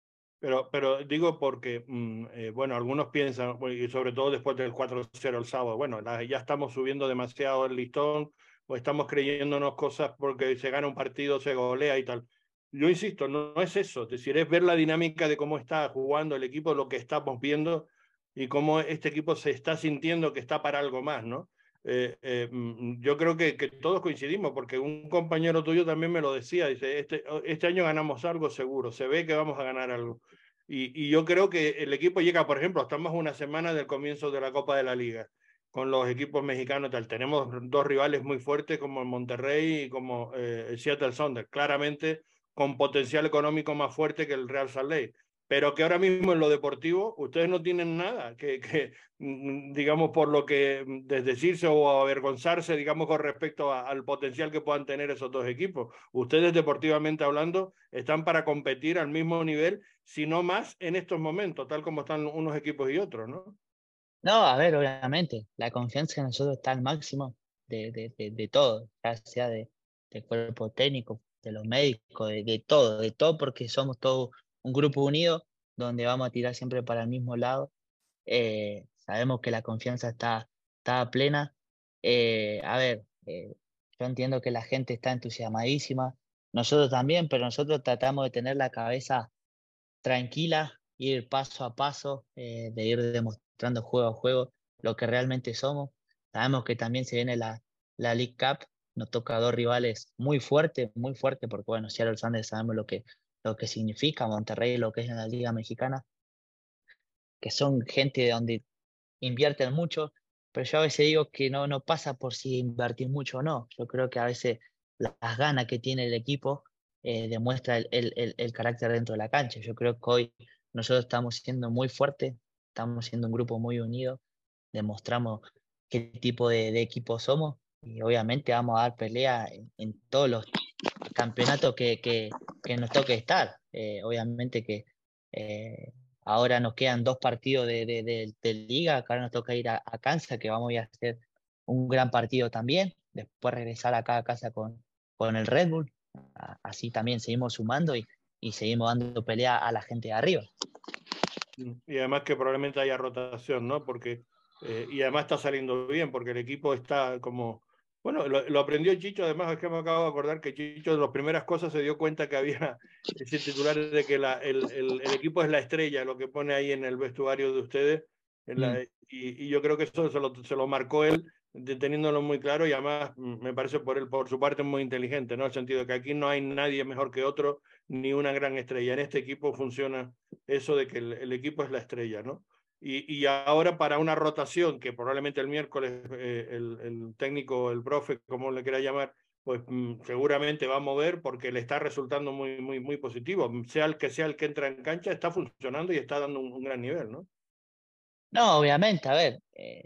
Pero digo porque, bueno, algunos piensan, y sobre todo después del 4-0 el sábado, bueno, ya estamos subiendo demasiado el listón o estamos creyéndonos cosas porque se gana un partido, se golea y tal. Yo insisto, no es eso, es decir, es ver la dinámica de cómo está jugando el equipo, lo que estamos viendo y cómo este equipo se está sintiendo que está para algo más, ¿no? Yo creo que todos coincidimos, porque un compañero tuyo también me lo decía, dice, este año ganamos algo seguro, se ve que vamos a ganar algo. Y yo creo que el equipo llega, por ejemplo, estamos una semana del comienzo de la Copa de la Liga con los equipos mexicanos. Tal. Tenemos dos rivales muy fuertes como el Monterrey y como el Seattle Sounders, claramente con potencial económico más fuerte que el Real Salt Lake. pero que ahora mismo en lo deportivo ustedes no tienen nada digamos, por lo que desdecirse o avergonzarse, digamos, con respecto al potencial que puedan tener esos dos equipos. Ustedes, deportivamente hablando, están para competir al mismo nivel, si no más, en estos momentos, tal como están unos equipos y otros, ¿no? No, a ver, obviamente, la confianza en nosotros está al máximo de todo, ya sea del cuerpo técnico, de los médicos, de todo, porque somos todo un grupo unido donde vamos a tirar siempre para el mismo lado. Sabemos que la confianza está plena. A ver, yo entiendo que la gente está entusiasmadísima, nosotros también, pero nosotros tratamos de tener la cabeza tranquila, ir paso a paso, de ir demostrando juego a juego lo que realmente somos. Sabemos que también se viene la League Cup, nos toca dos rivales muy fuerte, porque bueno, Seattle Sanders sabemos lo que significa, Monterrey lo que es en la Liga Mexicana, que son gente de donde invierten mucho, pero yo a veces digo que no pasa por si invertir mucho o no. Yo creo que a veces las ganas que tiene el equipo demuestra el carácter dentro de la cancha. Yo creo que hoy nosotros estamos siendo muy fuertes, estamos siendo un grupo muy unido, demostramos qué tipo de equipo somos y obviamente vamos a dar pelea en todos los campeonatos que nos toque estar. Obviamente que eh, ahora nos quedan dos partidos de liga, que ahora nos toca ir a Kansas, que vamos a ir a hacer un gran partido también, después regresar acá a casa con el Red Bull, así también seguimos sumando y seguimos dando pelea a la gente de arriba. Y además que probablemente haya rotación, ¿no? Porque, y además está saliendo bien, porque el equipo está como... Bueno, lo aprendió Chicho, además es que me acabo de acordar que Chicho de las primeras cosas se dio cuenta que había ese titular de que el equipo es la estrella, lo que pone ahí en el vestuario de ustedes, y yo creo que eso se lo marcó él, teniéndolo muy claro, y además me parece por él, por su parte, muy inteligente, ¿no? En el sentido de que aquí no hay nadie mejor que otro, ni una gran estrella. En este equipo funciona eso de que el equipo es la estrella, ¿no? Y ahora para una rotación, que probablemente el miércoles el técnico, el profe, como le quiera llamar, pues seguramente va a mover porque le está resultando muy positivo. Sea el que entra en cancha, está funcionando y está dando un gran nivel, ¿no? No, obviamente, a ver,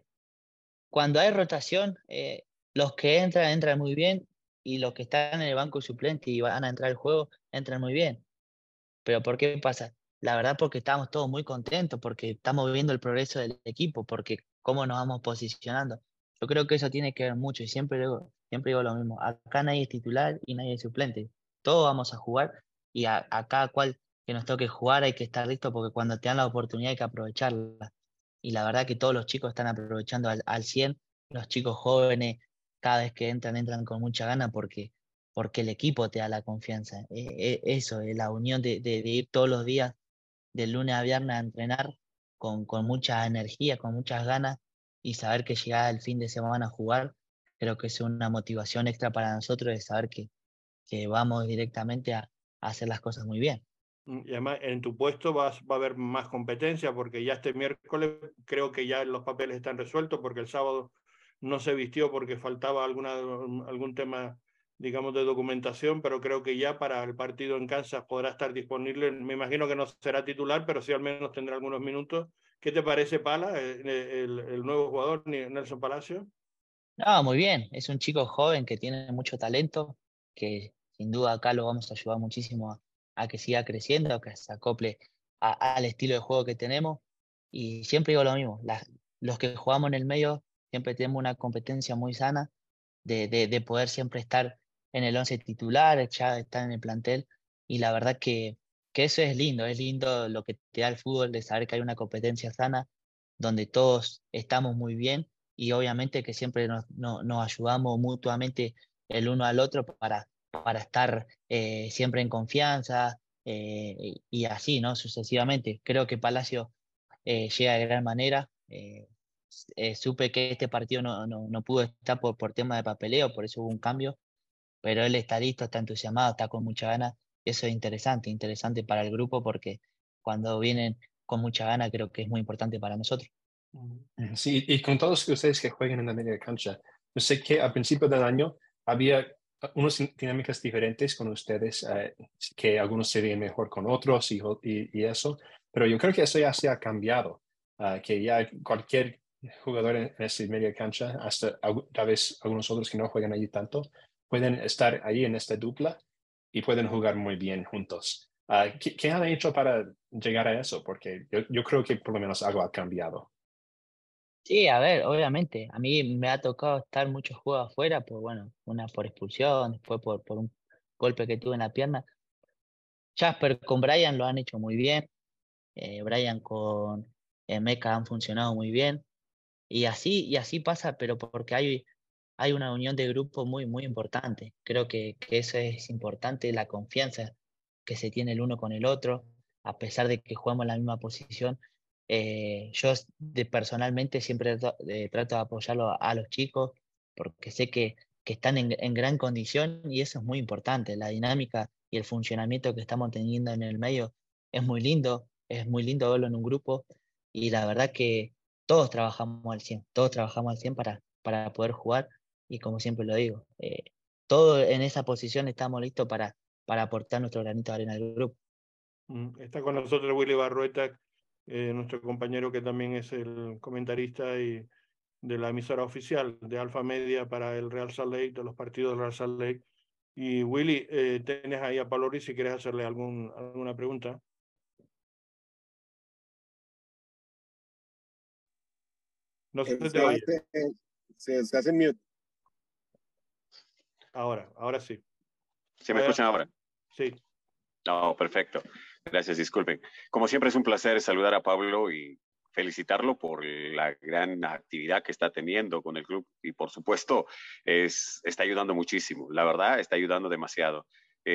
cuando hay rotación, los que entran muy bien y los que están en el banco suplente y van a entrar al juego, entran muy bien. Pero ¿por qué pasa? La verdad porque estamos todos muy contentos, porque estamos viendo el progreso del equipo, porque cómo nos vamos posicionando. Yo creo que eso tiene que ver mucho y siempre digo lo mismo. Acá nadie es titular y nadie es suplente. Todos vamos a jugar y a cada cual que nos toque jugar hay que estar listo porque cuando te dan la oportunidad hay que aprovecharla. Y la verdad que todos los chicos están aprovechando al 100, los chicos jóvenes cada vez que entran con mucha gana porque el equipo te da la confianza. Eso, la unión de ir todos los días, de lunes a viernes a entrenar con mucha energía, con muchas ganas y saber que llega el fin de semana a jugar, creo que es una motivación extra para nosotros de saber que vamos directamente a hacer las cosas muy bien. Y además en tu puesto va a haber más competencia porque ya este miércoles creo que ya los papeles están resueltos porque el sábado no se vistió porque faltaba algún tema, digamos, de documentación, pero creo que ya para el partido en Kansas podrá estar disponible. Me imagino que no será titular, pero sí al menos tendrá algunos minutos. ¿Qué te parece, Pala, el nuevo jugador, Nelson Palacio? No, muy bien, es un chico joven que tiene mucho talento, que sin duda acá lo vamos a ayudar muchísimo a que siga creciendo, a que se acople al estilo de juego que tenemos. Y siempre digo lo mismo, los que jugamos en el medio siempre tenemos una competencia muy sana de poder siempre estar en el 11 titular, ya estar en el plantel. Y la verdad que eso es lindo lo que te da el fútbol, de saber que hay una competencia sana, donde todos estamos muy bien y obviamente que siempre nos ayudamos mutuamente el uno al otro para estar siempre en confianza y así, ¿no? Sucesivamente. Creo que Palacio llega de gran manera. Supe que este partido no pudo estar por tema de papeleo, por eso hubo un cambio, pero él está listo, está entusiasmado, está con mucha ganas. Eso es interesante para el grupo porque cuando vienen con mucha gana creo que es muy importante para nosotros. Sí, y con todos ustedes que juegan en la media cancha, yo sé que al principio del año había unas dinámicas diferentes con ustedes, que algunos serían mejor con otros y eso, pero yo creo que eso ya se ha cambiado, que ya cualquier jugador en esa media cancha, hasta tal vez algunos otros que no juegan allí tanto, pueden estar ahí en esta dupla y pueden jugar muy bien juntos. ¿Qué han hecho para llegar a eso? Porque yo creo que por lo menos algo ha cambiado. Sí, a ver, obviamente, a mí me ha tocado estar muchos juegos afuera, por, bueno, una por expulsión, después por un golpe que tuve en la pierna. Jasper con Brian lo han hecho muy bien, Brian con Meca han funcionado muy bien, y así pasa, pero porque hay una unión de grupo muy, muy importante. Creo que eso es importante, la confianza que se tiene el uno con el otro, a pesar de que jugamos en la misma posición. Yo personalmente siempre trato de apoyarlo a los chicos, porque sé que están en gran condición y eso es muy importante. La dinámica y el funcionamiento que estamos teniendo en el medio es muy lindo verlo en un grupo y la verdad que todos trabajamos al 100, todos trabajamos al 100 para poder jugar y como siempre lo digo, todos en esa posición estamos listos para aportar nuestro granito de arena al grupo. Está con nosotros Willy Barrueta, nuestro compañero que también es el comentarista y de la emisora oficial de Alfa Media para el Real Salt Lake, de los partidos del Real Salt Lake. Y Willy, tienes ahí a Pablo Ruiz si quieres hacerle alguna pregunta. No se te oye. Se hace mute. Ahora sí. ¿Se me escuchan ahora? Sí. No, perfecto. Gracias, disculpen. Como siempre es un placer saludar a Pablo y felicitarlo por la gran actividad que está teniendo con el club y por supuesto está ayudando muchísimo. La verdad, está ayudando demasiado.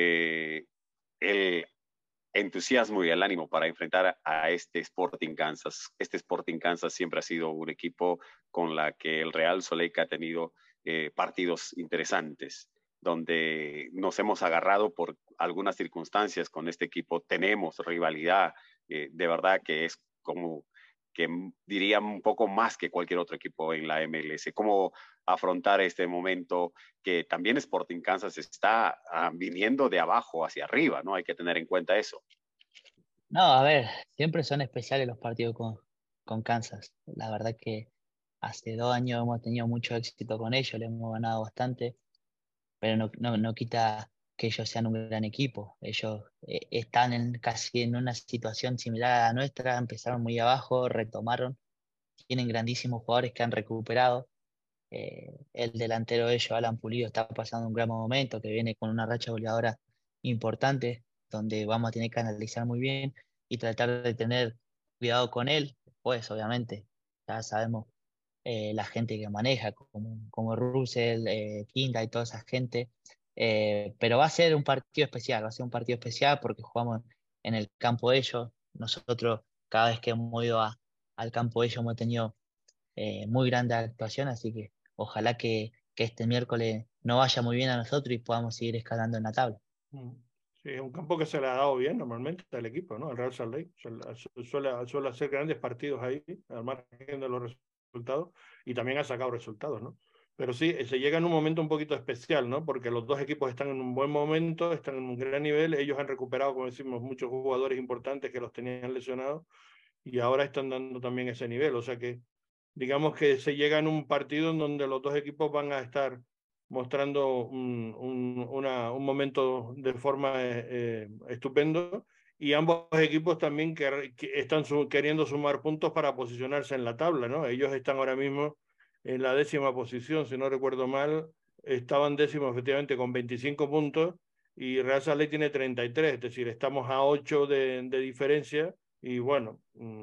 El entusiasmo y el ánimo para enfrentar a este Sporting Kansas. Este Sporting Kansas siempre ha sido un equipo con la que el Real Salt Lake ha tenido partidos interesantes, donde nos hemos agarrado por algunas circunstancias con este equipo, tenemos rivalidad, de verdad que es como que diría un poco más que cualquier otro equipo en la MLS. ¿Cómo afrontar este momento que también Sporting Kansas está viniendo de abajo hacia arriba, ¿no? Hay que tener en cuenta eso. No, a ver, siempre son especiales los partidos con Kansas. La verdad que hace 2 años hemos tenido mucho éxito con ellos, le hemos ganado bastante, pero no quita que ellos sean un gran equipo. Ellos están casi en una situación similar a la nuestra, empezaron muy abajo, retomaron, tienen grandísimos jugadores que han recuperado. El delantero de ellos, Alan Pulido, está pasando un gran momento, que viene con una racha goleadora importante, donde vamos a tener que analizar muy bien y tratar de tener cuidado con él. Pues obviamente, ya sabemos la gente que maneja, como Russell, Quinta y toda esa gente. Pero va a ser un partido especial, va a ser un partido especial porque jugamos en el campo de ellos. Nosotros, cada vez que hemos ido al campo de ellos, hemos tenido muy grande actuación, así que ojalá que este miércoles no vaya muy bien a nosotros y podamos seguir escalando en la tabla. Sí, es un campo que se le ha dado bien normalmente al equipo, ¿no? El Real Salt Lake suele hacer grandes partidos ahí, al margen de los resultados, y también ha sacado resultados, ¿no? Pero sí, se llega en un momento un poquito especial, ¿no? Porque los dos equipos están en un buen momento, están en un gran nivel, ellos han recuperado, como decimos, muchos jugadores importantes que los tenían lesionados, y ahora están dando también ese nivel, o sea que digamos que se llega en un partido en donde los dos equipos van a estar mostrando un momento de forma estupendo y ambos equipos también que están queriendo sumar puntos para posicionarse en la tabla, ¿no? Ellos están ahora mismo en la 10ª posición, si no recuerdo mal, estaban décimos efectivamente con 25 puntos y Real Salt Lake tiene 33, es decir, estamos a 8 de diferencia y bueno,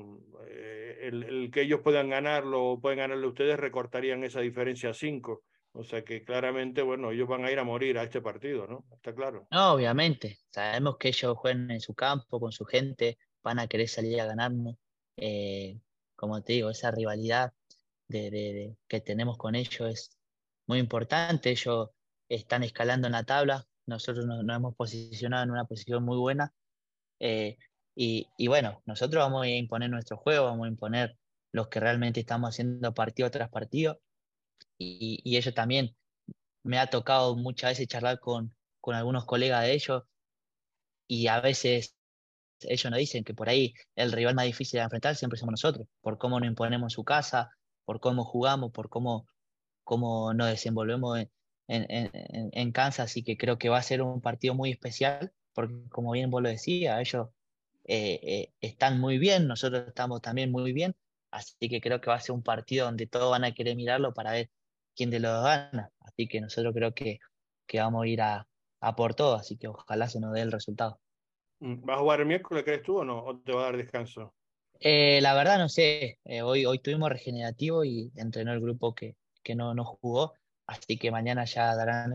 el que ellos puedan ganarlo o pueden ganarle a ustedes recortarían esa diferencia a 5. O sea que claramente, bueno, ellos van a ir a morir a este partido, ¿no? Está claro. No, obviamente, sabemos que ellos juegan en su campo, con su gente, van a querer salir a ganarnos. Eh, Como te digo, esa rivalidad que tenemos con ellos es muy importante. Ellos están escalando en la tabla, nosotros nos hemos posicionado en una posición muy buena. eh, y bueno, nosotros vamos a imponer nuestro juego, vamos a imponer los que realmente estamos haciendo partido tras partido y ellos también me ha tocado muchas veces charlar con algunos colegas de ellos y a veces ellos nos dicen que por ahí el rival más difícil de enfrentar siempre somos nosotros, por cómo nos imponemos en su casa, por cómo jugamos, por cómo nos desenvolvemos en Kansas, así que creo que va a ser un partido muy especial, porque como bien vos lo decías, ellos están muy bien, nosotros estamos también muy bien, así que creo que va a ser un partido donde todos van a querer mirarlo para ver quién de los dos gana, así que nosotros creo que vamos a ir a por todo, así que ojalá se nos dé el resultado. ¿Vas a jugar el miércoles, crees tú, o no? ¿O te va a dar descanso? La verdad no sé, hoy tuvimos regenerativo y entrenó el grupo que no jugó, así que mañana ya darán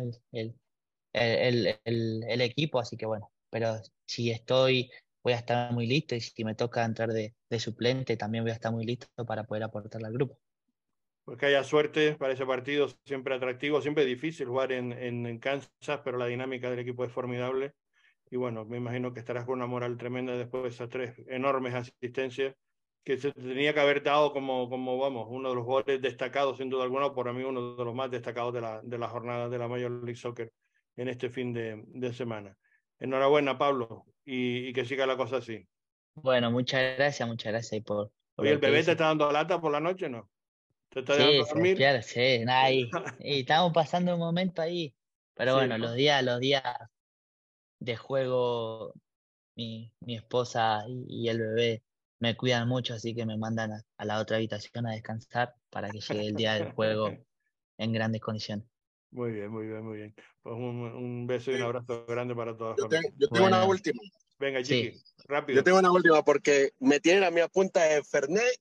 el equipo, así que bueno, pero si estoy, voy a estar muy listo y si me toca entrar de suplente, también voy a estar muy listo para poder aportarle al grupo. Pues que haya suerte para ese partido, siempre atractivo, siempre difícil jugar en Kansas, pero la dinámica del equipo es formidable. Y bueno, me imagino que estarás con una moral tremenda después de esas 3 enormes asistencias que se tenía que haber dado como vamos, uno de los jugadores destacados, sin duda alguna, por mí uno de los más destacados de la jornada de la Major League Soccer en este fin de semana. Enhorabuena, Pablo, y que siga la cosa así. Bueno, muchas gracias ahí por Oye, ¿el lo que bebé te dice. está dando lata por la noche, no? ¿Te está dejando Sí, se dormir? despierta, sí, nada, ahí. Y estamos pasando un momento ahí, pero Sí, bueno, ¿no? los días de juego, mi esposa y el bebé me cuidan mucho, así que me mandan a la otra habitación a descansar para que llegue el día del juego en grandes condiciones. Muy bien, muy bien, muy bien. Pues un beso y un abrazo grande para toda la familia. Yo tengo una Bueno, última. Venga, sí, Chiqui, Yo rápido. tengo una última porque me tienen a mí a punta de Fernet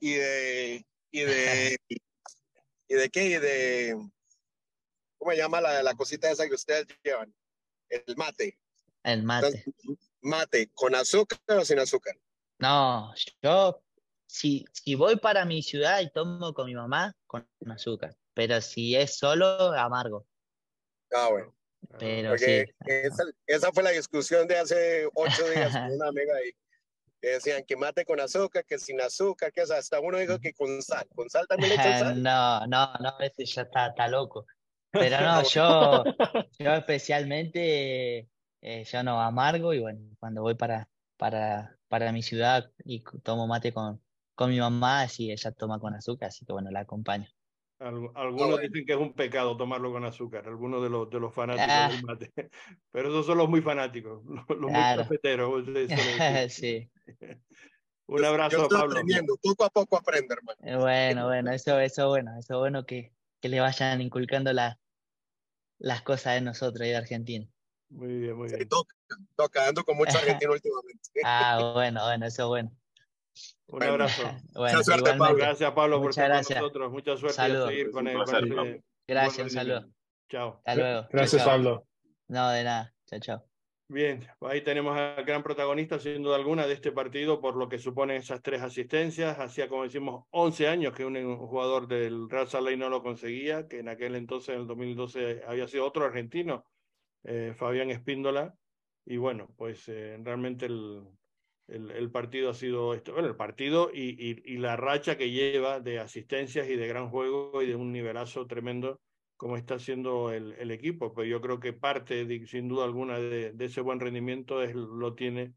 y de, y de qué, y de, ¿cómo se llama la cosita esa que ustedes llevan? El mate. el Entonces, mate. mate, ¿con azúcar o sin azúcar? No, yo, si voy para mi ciudad y tomo con mi mamá, con azúcar, pero si es solo, amargo, Ah, bueno. pero Porque sí. esa fue la discusión de hace 8 días con una amiga ahí. Que decían que mate con azúcar, que sin azúcar, que hasta uno dijo que con sal. ¿Con sal también le echan sal? No, ese ya está loco. Pero Ah, no, bueno. yo especialmente, yo no amargo y bueno, cuando voy para mi ciudad y tomo mate con mi mamá, sí, ella toma con azúcar, así que bueno, la acompaño. Ah, Algunos bueno. dicen que es un pecado tomarlo con azúcar, algunos de los fanáticos del Ah, mate. Pero esos son los muy fanáticos, los muy claro, cafeteros, se suele decir. sí. Un Yo abrazo, estoy Pablo. aprendiendo, poco a poco aprendo, hermano. Bueno, eso bueno que le vayan inculcando las cosas de nosotros y de Argentina. Muy bien, muy Sí, bien. toca, ando con mucho argentino últimamente. Bueno, eso bueno. Un Bueno, abrazo. mucha Bueno, suerte, Pablo. igualmente. Gracias, Pablo, por Muchas estar con gracias. nosotros. Mucha Un suerte y a saludo. seguir Es un con placer, Pablo. ese buen Gracias, un saludo. rendimiento. Chao. Hasta luego. Chao, Gracias, chao. Pablo. No, de nada. Chao, chao. Bien, ahí tenemos al gran protagonista, sin duda alguna, de este partido, por lo que suponen esas 3 asistencias. Hacía, como decimos, 11 años que un jugador del Real Salt Lake no lo conseguía, que en aquel entonces, en el 2012, había sido otro argentino, Fabián Espíndola. Y bueno, pues realmente el partido ha sido esto. Bueno, el partido y la racha que lleva de asistencias y de gran juego y de un nivelazo tremendo como está haciendo el equipo. Pues yo creo que parte, sin duda alguna, de ese buen rendimiento lo tiene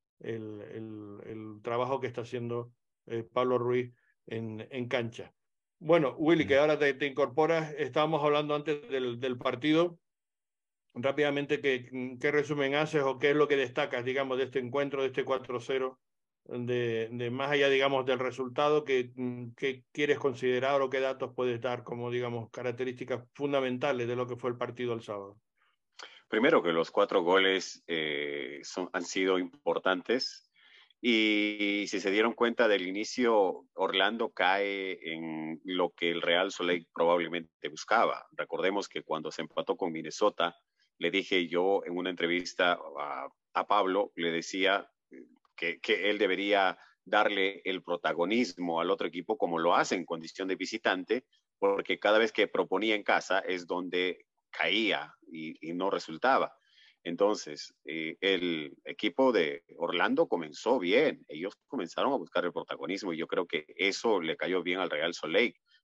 el trabajo que está haciendo Pablo Ruiz en cancha. Bueno, Willy, que ahora te incorporas, estábamos hablando antes del partido. Rápidamente, ¿qué resumen haces o qué es lo que destacas, digamos, de este encuentro, de este 4-0, de más allá, digamos, del resultado, qué quieres considerar o qué datos puedes dar como, digamos, características fundamentales de lo que fue el partido el sábado? Primero que los 4 goles han sido importantes y si se dieron cuenta del inicio, Orlando cae en lo que el Real Salt Lake probablemente buscaba. Recordemos que cuando se empató con Minnesota, le dije yo en una entrevista a Pablo, le decía que él debería darle el protagonismo al otro equipo como lo hace en condición de visitante, porque cada vez que proponía en casa es donde caía y no resultaba. Entonces, el equipo de Orlando comenzó bien. Ellos comenzaron a buscar el protagonismo y yo creo que eso le cayó bien al Real Salt Lake.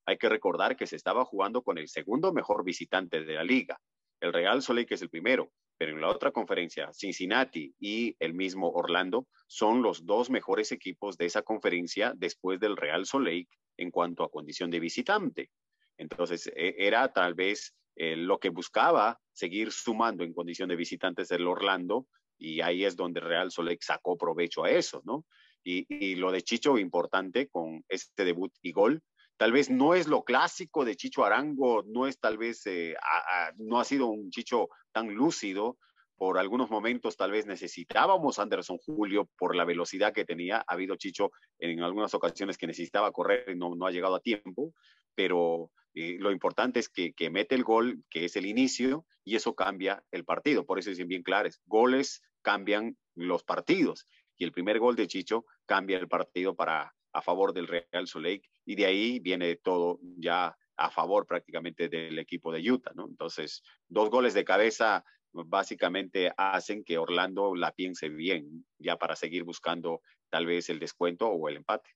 hay que recordar que se estaba jugando con el segundo mejor visitante de la liga. El Real Salt Lake es el primero, pero en la otra conferencia, Cincinnati y el mismo Orlando son los dos mejores equipos de esa conferencia después del Real Salt Lake en cuanto a condición de visitante. Entonces, era tal vez lo que buscaba seguir sumando en condición de visitantes del Orlando, y ahí es donde Real Salt Lake sacó provecho a eso, ¿no? Y lo de Chicho, importante con este debut y gol, tal vez no es lo clásico de Chicho Arango, no es tal vez, no ha sido un Chicho tan lúcido. Por algunos momentos tal vez necesitábamos a Anderson Julio por la velocidad que tenía. Ha habido Chicho en algunas ocasiones que necesitaba correr y no ha llegado a tiempo, pero lo importante es que mete el gol, que es el inicio, y eso cambia el partido. Por eso dicen bien claros, goles cambian los partidos, y el primer gol de Chicho cambia el partido a favor del Real Salt Lake, y de ahí viene todo ya a favor prácticamente del equipo de Utah, ¿no? Entonces, 2 goles de cabeza básicamente hacen que Orlando la piense bien, ya para seguir buscando tal vez el descuento o el empate.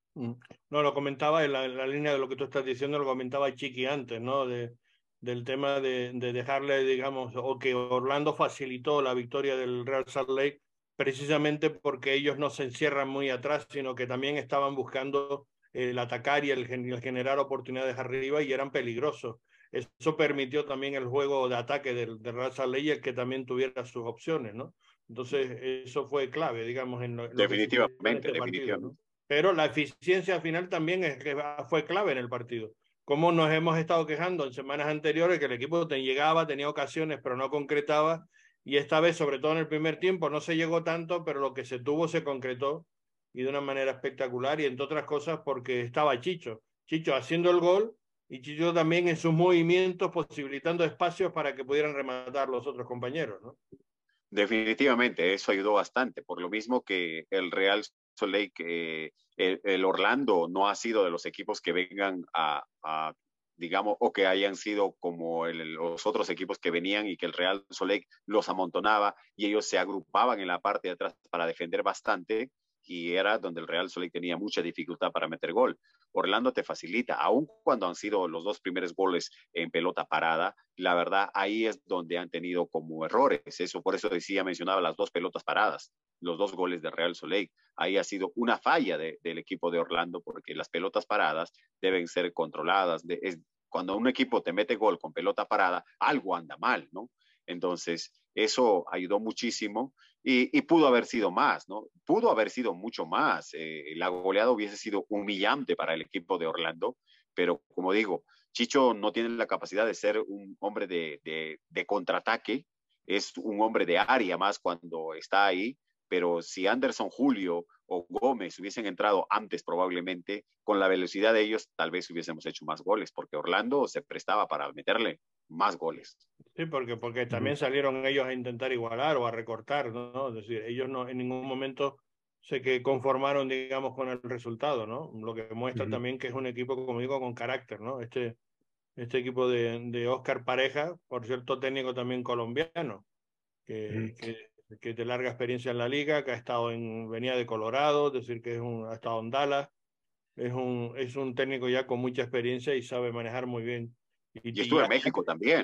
No, lo comentaba en la línea de lo que tú estás diciendo, lo comentaba Chiqui antes, ¿no? Del tema de dejarle, digamos, o que Orlando facilitó la victoria del Real Salt Lake precisamente porque ellos no se encierran muy atrás, sino que también estaban buscando el atacar y el generar oportunidades arriba, y eran peligrosos. Eso permitió también el juego de ataque del Real Salt Lake, el que también tuviera sus opciones, ¿no? Entonces, eso fue clave, digamos, en lo Definitivamente, que en este partido, ¿no? Pero la eficiencia al final también fue clave en el partido. Como nos hemos estado quejando en semanas anteriores, que el equipo llegaba, tenía ocasiones, pero no concretaba, y esta vez, sobre todo en el primer tiempo, no se llegó tanto, pero lo que se tuvo se concretó, y de una manera espectacular, y entre otras cosas porque estaba Chicho haciendo el gol, y Chicho también en sus movimientos posibilitando espacios para que pudieran rematar los otros compañeros, ¿no? Definitivamente, eso ayudó bastante, por lo mismo que el Real Salt Lake, el Orlando no ha sido de los equipos que vengan digamos, o que hayan sido como los otros equipos que venían y que el Real Salt Lake los amontonaba y ellos se agrupaban en la parte de atrás para defender bastante, y era donde el Real Salt Lake tenía mucha dificultad para meter gol. Orlando te facilita, aun cuando han sido los 2 primeros goles en pelota parada, la verdad ahí es donde han tenido como errores. Eso, por eso mencionaba las 2 pelotas paradas, los 2 goles de Real Salt Lake. Ahí ha sido una falla del equipo de Orlando, porque las pelotas paradas deben ser controladas. Cuando un equipo te mete gol con pelota parada, algo anda mal, ¿no? Entonces, eso ayudó muchísimo, y pudo haber sido más, ¿no? Pudo haber sido mucho más. La goleada hubiese sido humillante para el equipo de Orlando, pero como digo, Chicho no tiene la capacidad de ser un hombre de contraataque, es un hombre de área más cuando está ahí, pero si Anderson Julio o Gómez hubiesen entrado antes, probablemente con la velocidad de ellos, tal vez hubiésemos hecho más goles, porque Orlando se prestaba para meterle más goles. Sí, porque también salieron ellos a intentar igualar o a recortar, ¿no? Es decir, ellos no en ningún momento se conformaron, digamos, con el resultado, ¿no? Lo que muestra también que es un equipo, como digo, con carácter, ¿no? Este equipo de Oscar Pareja, por cierto, técnico también colombiano, que de larga experiencia en la liga, que venía de Colorado, es decir, que ha estado en Dallas, es un técnico ya con mucha experiencia y sabe manejar muy bien. Y estuvo en México también.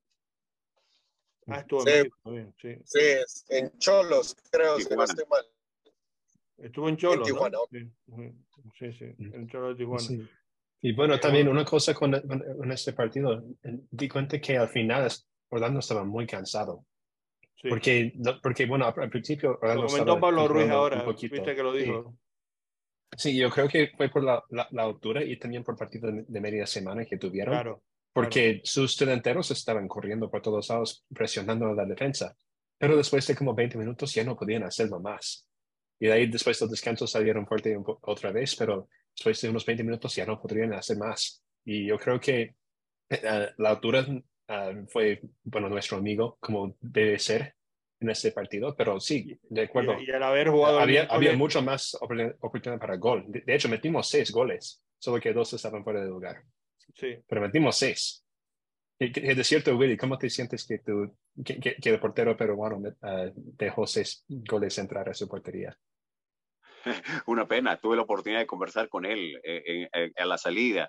Estuvo en México también, sí. Sí, en Cholos, creo, si no estoy mal. Estuvo en Cholos, en Tijuana, ¿no? Sí, en Cholos de Tijuana. Sí. Y bueno, también una cosa con este partido, di cuenta que al final Orlando estaba muy cansado. Sí. Porque bueno, al principio Orlando lo comentó Pablo Ruiz ahora, viste que lo dijo. Sí, yo creo que fue por la altura y también por partido de media semana que tuvieron. Claro. Porque sus delanteros estaban corriendo por todos lados, presionando a la defensa. Pero después de como 20 minutos ya no podían hacerlo más. Y de ahí después del descanso salieron fuerte otra vez, pero después de unos 20 minutos ya no podrían hacer más. Y yo creo que la altura fue, bueno, nuestro amigo, como debe ser en este partido, pero sí, de acuerdo. Y al haber jugado había mucho más oportunidad para gol. De hecho, metimos 6 goles, solo que 2 estaban fuera de lugar. Sí. Pero metimos 6. De cierto, Willy, ¿cómo te sientes que el portero peruano dejó 6 goles entrar a su portería? Una pena, tuve la oportunidad de conversar con él a la salida,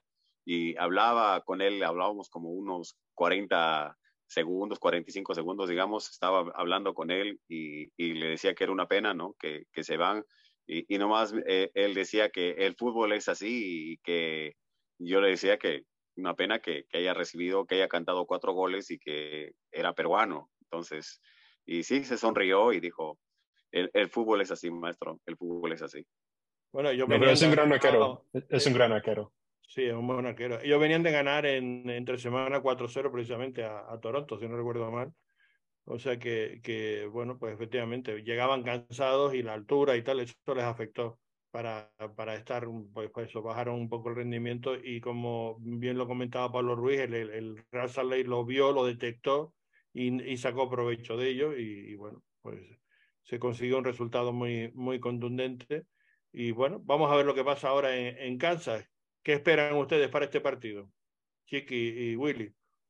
y hablaba con él, hablábamos como unos 40 segundos, 45 segundos, digamos, estaba hablando con él y le decía que era una pena, ¿no? Que se van y nomás él decía que el fútbol es así y que yo le decía que una pena que haya recibido, que haya cantado 4 goles y que era peruano. Entonces, y sí, se sonrió y dijo, el fútbol es así, maestro, el fútbol es así. Bueno, ellos No, pero venían es de un haber gran arquero. ganado, Es un gran arquero. sí, es un buen arquero. Ellos venían de ganar entre semana 4-0 precisamente a Toronto, si no recuerdo mal. O sea bueno, pues efectivamente llegaban cansados y la altura y tal, eso les afectó para estar, pues eso, bajaron un poco el rendimiento y como bien lo comentaba Pablo Ruiz, el Real Salt Lake lo vio, lo detectó y sacó provecho de ello y bueno, pues se consiguió un resultado muy contundente. Y bueno, vamos a ver lo que pasa ahora en Kansas. ¿Qué esperan ustedes para este partido, Chiqui y Willy?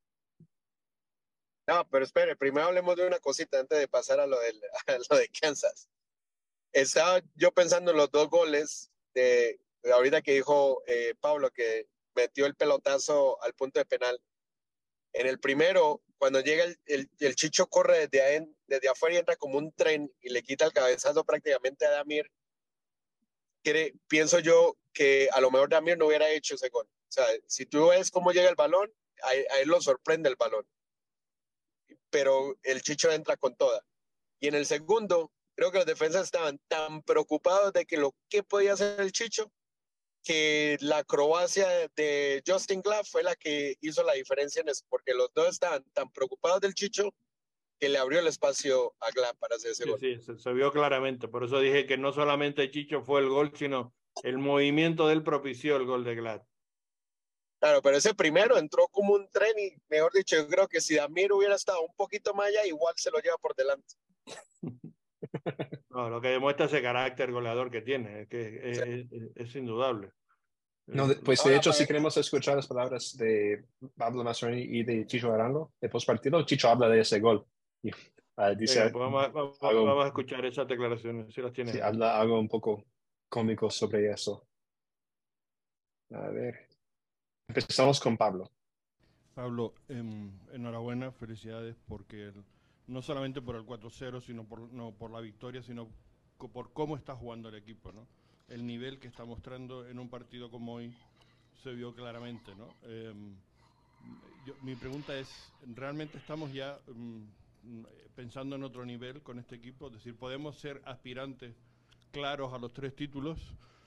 No, pero espere, primero hablemos de una cosita antes de pasar a lo de Kansas. Estaba yo pensando en los 2 goles de ahorita que dijo Pablo que metió el pelotazo al punto de penal. En el primero, cuando llega el Chicho corre desde afuera y entra como un tren y le quita el cabezazo prácticamente a Damir, pienso yo que a lo mejor Damir no hubiera hecho ese gol. O sea, si tú ves cómo llega el balón, a él lo sorprende el balón, pero el Chicho entra con toda. Y en el segundo, creo que los defensas estaban tan preocupados de que lo que podía hacer el Chicho, que la acrobacia de Justin Glove fue la que hizo la diferencia en eso, porque los dos estaban tan preocupados del Chicho que le abrió el espacio a Glove para hacer ese Sí, gol. sí, se vio claramente. Por eso dije que no solamente Chicho fue el gol, sino el movimiento del propició el gol de Glad. Claro, pero ese primero entró como un tren y, mejor dicho, yo creo que si Damir hubiera estado un poquito más allá, igual se lo lleva por delante. No, lo que demuestra ese carácter goleador que tiene, es que O sea, es indudable. No, pues de ahora, hecho, si queremos escuchar las palabras de Pablo Mastroeni y de Chicho Arango de postpartido, Chicho habla de ese gol. Y, Venga, dice pues algo, vamos a escuchar esas declaraciones, si las tienes sí, ahí. habla algo un poco cómico sobre eso. A ver, empezamos con Pablo. Pablo, enhorabuena, felicidades, porque no solamente por el 4-0, sino no, por la victoria, sino por cómo está jugando el equipo, ¿no? El nivel que está mostrando en un partido como hoy se vio claramente, ¿no? Mi pregunta es, ¿realmente estamos ya pensando en otro nivel con este equipo? Es decir, ¿podemos ser aspirantes claros a los 3 títulos?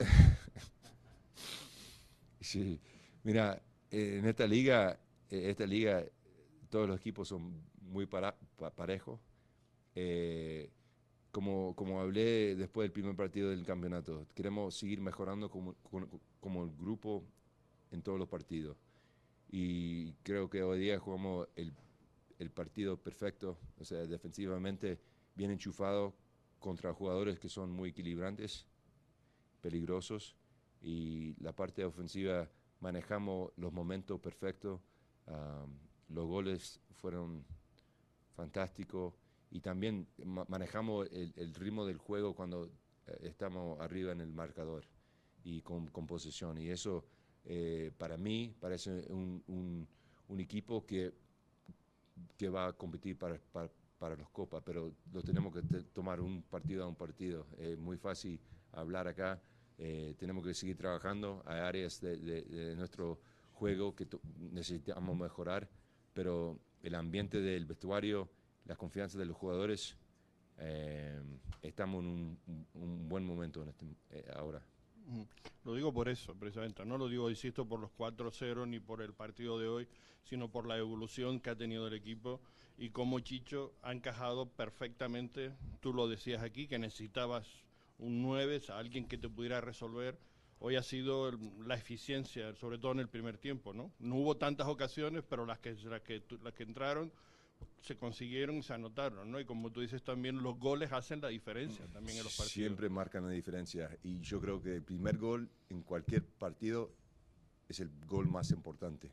Sí, mira, en esta liga, todos los equipos son muy parejos. Eh, como hablé después del primer partido del campeonato, queremos seguir mejorando como el grupo en todos los partidos. Y creo que hoy día jugamos el partido perfecto, o sea, defensivamente bien enchufado contra jugadores que son muy equilibrantes, peligrosos, y la parte ofensiva manejamos los momentos perfectos, los goles fueron fantásticos y también manejamos el ritmo del juego cuando estamos arriba en el marcador y con posesión, y eso para mí parece un equipo que va a competir para los copas, pero lo tenemos que tomar un partido a un partido. Es muy fácil hablar acá, tenemos que seguir trabajando, hay áreas de nuestro juego que necesitamos mejorar, pero el ambiente del vestuario, la confianza de los jugadores, estamos en un buen momento ahora. Lo digo por eso, precisamente. No lo digo, insisto, por los 4-0 ni por el partido de hoy, sino por la evolución que ha tenido el equipo y cómo Chicho ha encajado perfectamente. Tú lo decías aquí, que necesitabas un 9, alguien que te pudiera resolver. Hoy ha sido la eficiencia, sobre todo en el primer tiempo, ¿no? No hubo tantas ocasiones, pero las que entraron se consiguieron y se anotaron, ¿no? Y como tú dices también, los goles hacen la diferencia también en los partidos. Siempre marcan la diferencia, y yo creo que el primer gol en cualquier partido es el gol más importante.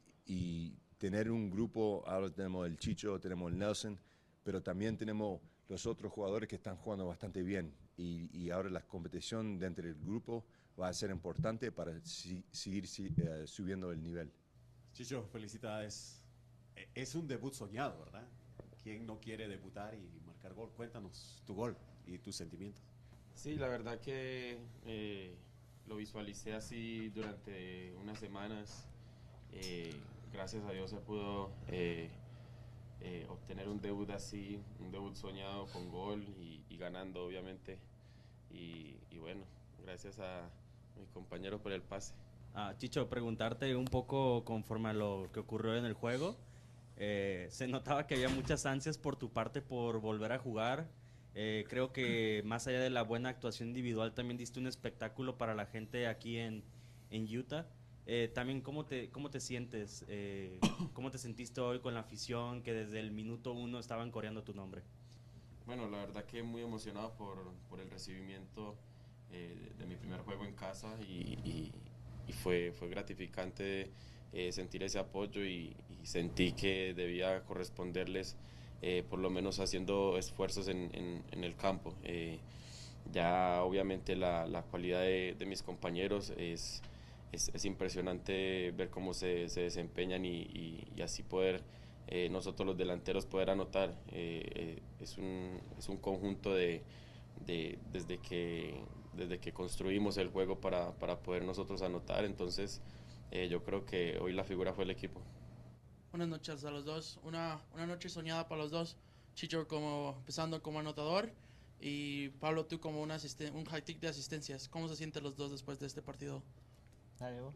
Y tener un grupo, ahora tenemos el Chicho, tenemos el Nelson, pero también tenemos los otros jugadores que están jugando bastante bien y ahora la competición dentro del grupo va a ser importante para seguir subiendo el nivel. Chicho, felicidades. Es un debut soñado, ¿verdad? ¿Quién no quiere debutar y marcar gol? Cuéntanos tu gol y tus sentimientos. Sí, la verdad que lo visualicé así durante unas semanas. Gracias a Dios se pudo obtener un debut así, un debut soñado con gol y ganando obviamente. Y bueno, gracias a mis compañeros por el pase. Chicho, preguntarte un poco conforme a lo que ocurrió en el juego. Se notaba que había muchas ansias por tu parte por volver a jugar. Creo que más allá de la buena actuación individual, también diste un espectáculo para la gente aquí en Utah. También, ¿cómo te sientes? ¿Cómo te sentiste hoy con la afición que desde el minuto 1 estaban coreando tu nombre? Bueno, la verdad que muy emocionado por el recibimiento de mi primer juego en casa y fue gratificante sentir ese apoyo y sentí que debía corresponderles por lo menos haciendo esfuerzos en el campo. Ya obviamente la cualidad de mis compañeros es impresionante ver cómo se desempeñan y así poder nosotros los delanteros poder anotar. Es un conjunto desde que construimos el juego para poder nosotros anotar, entonces yo creo que hoy la figura fue el equipo. Buenas noches a los dos, una noche soñada para los dos, Chicho empezando como anotador y Pablo tú como un hat-trick de asistencias. ¿Cómo se sienten los dos después de este partido? Dale vos.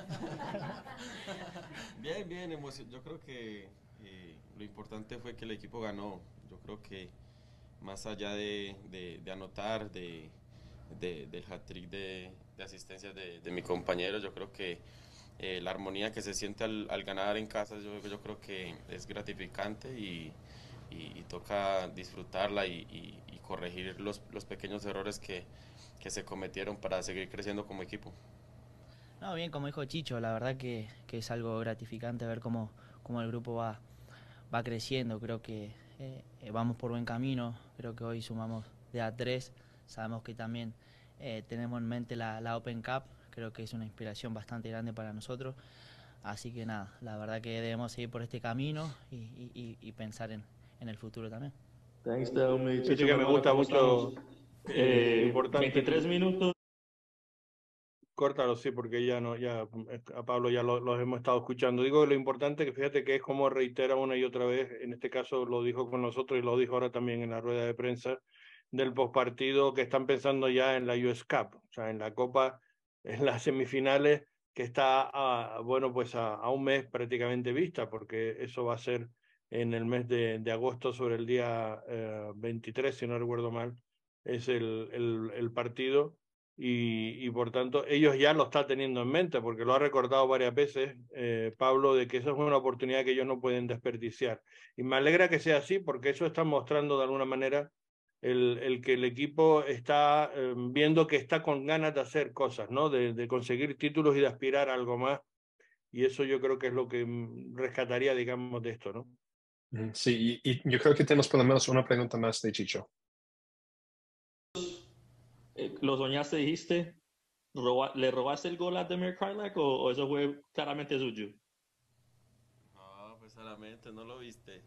Bien, yo creo que lo importante fue que el equipo ganó. Yo creo que más allá de anotar, del hat-trick de asistencias de mi compañero, yo creo que la armonía que se siente al ganar en casa, yo creo que es gratificante y toca disfrutarla y corregir los pequeños errores que se cometieron para seguir creciendo como equipo. No, bien, como dijo Chicho, la verdad que es algo gratificante ver cómo el grupo va creciendo. Creo que vamos por buen camino. Creo que hoy sumamos de a 3. Sabemos que también tenemos en mente la Open Cup. Creo que es una inspiración bastante grande para nosotros. Así que nada, la verdad que debemos seguir por este camino y pensar en el futuro también. Thanks, Delmi. Así que me gusta mucho. Importante. 23 minutos. Córtalo, sí, porque ya a Pablo ya los hemos estado escuchando. Digo, lo importante que fíjate que es como reitera una y otra vez, en este caso lo dijo con nosotros y lo dijo ahora también en la rueda de prensa del postpartido, que están pensando ya en la US Cup, o sea, en la Copa, en las semifinales, que está bueno, pues a un mes prácticamente vista, porque eso va a ser en el mes de agosto, sobre el día 23, si no recuerdo mal, es el partido. Y por tanto ellos ya lo están teniendo en mente, porque lo ha recordado varias veces Pablo, de que eso es una oportunidad que ellos no pueden desperdiciar. Y me alegra que sea así, porque eso está mostrando de alguna manera el que el equipo está viendo que está con ganas de hacer cosas, ¿no? De conseguir títulos y de aspirar a algo más. Y eso yo creo que es lo que rescataría, digamos, de esto, ¿no? Sí, y yo creo que tenemos por lo menos una pregunta más de Chicho. ¿Lo soñaste, dijiste? ¿Le robaste el gol a Demir Krylak o eso fue claramente suyo? No, pues solamente no lo viste.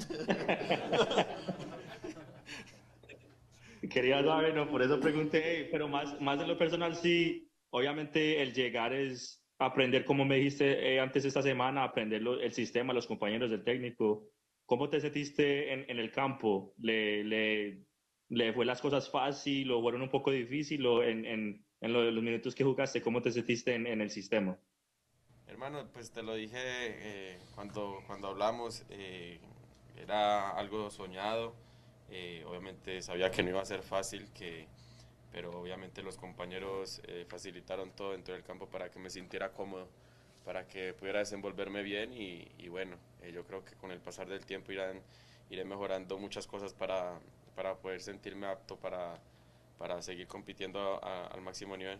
Quería saber, no, por eso pregunté, pero más de lo personal, sí, obviamente el llegar es aprender, como me dijiste antes esta semana, aprender el sistema, los compañeros del técnico. ¿Cómo te sentiste en el campo? ¿Le fue las cosas fácil o fueron un poco difícil o los minutos que jugaste, cómo te sentiste en el sistema? Hermano, pues te lo dije cuando hablamos, era algo soñado. Obviamente sabía que no iba a ser fácil, pero obviamente los compañeros facilitaron todo dentro del campo para que me sintiera cómodo, para que pudiera desenvolverme bien y bueno, yo creo que con el pasar del tiempo iré mejorando muchas cosas para poder sentirme apto para seguir compitiendo al máximo nivel.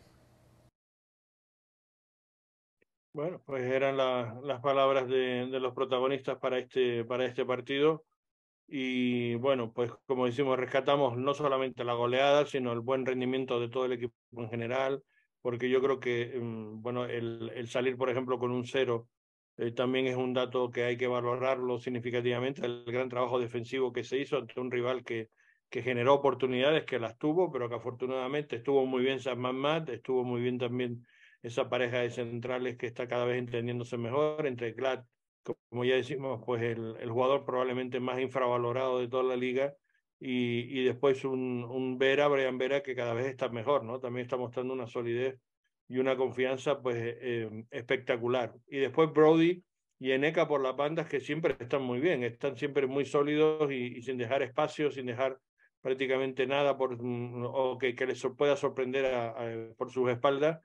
Bueno, pues eran las palabras de los protagonistas para este partido. Y bueno, pues como decimos, rescatamos no solamente la goleada, sino el buen rendimiento de todo el equipo en general, porque yo creo que, bueno, el salir, por ejemplo, con un 0 también es un dato que hay que valorarlo significativamente, el gran trabajo defensivo que se hizo ante un rival que generó oportunidades, que las tuvo, pero que afortunadamente estuvo muy bien Sam Mamat, estuvo muy bien también esa pareja de centrales que está cada vez entendiéndose mejor, entre Glad, como ya decimos, pues el jugador probablemente más infravalorado de toda la liga, y después un Vera, Brian Vera, que cada vez está mejor, ¿no? También está mostrando una solidez y una confianza pues espectacular. Y después Brody y Eneka por las bandas, que siempre están muy bien, están siempre muy sólidos y sin dejar espacio, sin dejar prácticamente nada o que les pueda sorprender por sus espaldas,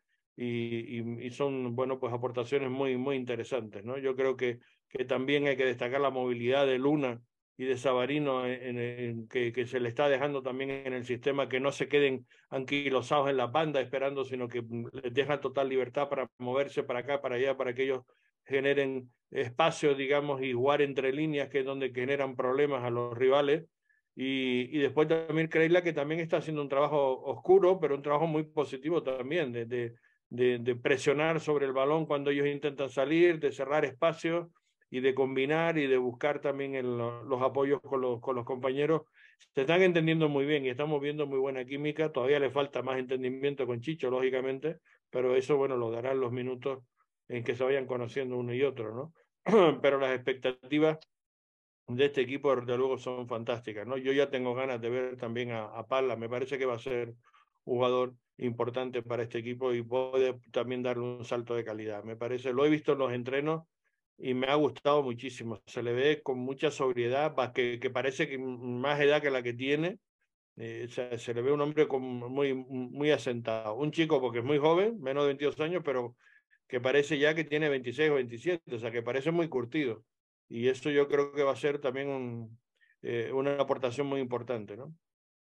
y son, bueno, pues aportaciones muy, muy interesantes, ¿no? Yo creo que también hay que destacar la movilidad de Luna y de Savarino que se le está dejando también en el sistema, que no se queden anquilosados en la banda esperando, sino que les dejan total libertad para moverse para acá, para allá, para que ellos generen espacio, digamos, y jugar entre líneas, que es donde generan problemas a los rivales. Y después también Creila, que también está haciendo un trabajo oscuro, pero un trabajo muy positivo también, de presionar sobre el balón cuando ellos intentan salir, de cerrar espacios y de combinar y de buscar también los apoyos con los compañeros. Se están entendiendo muy bien y estamos viendo muy buena química. Todavía le falta más entendimiento con Chicho, lógicamente, pero eso, bueno, lo darán los minutos en que se vayan conociendo uno y otro, ¿no? Pero las expectativas de este equipo, desde luego, son fantásticas, ¿no? Yo ya tengo ganas de ver también a Pala. Me parece que va a ser un jugador importante para este equipo y puede también darle un salto de calidad. Me parece, lo he visto en los entrenos y me ha gustado muchísimo. Se le ve con mucha sobriedad, que parece que más edad que la que tiene. Se le ve un hombre muy, muy asentado. Un chico, porque es muy joven, menos de 22 años, pero que parece ya que tiene 26 o 27, o sea, que parece muy curtido. Y eso yo creo que va a ser también una aportación muy importante, ¿no?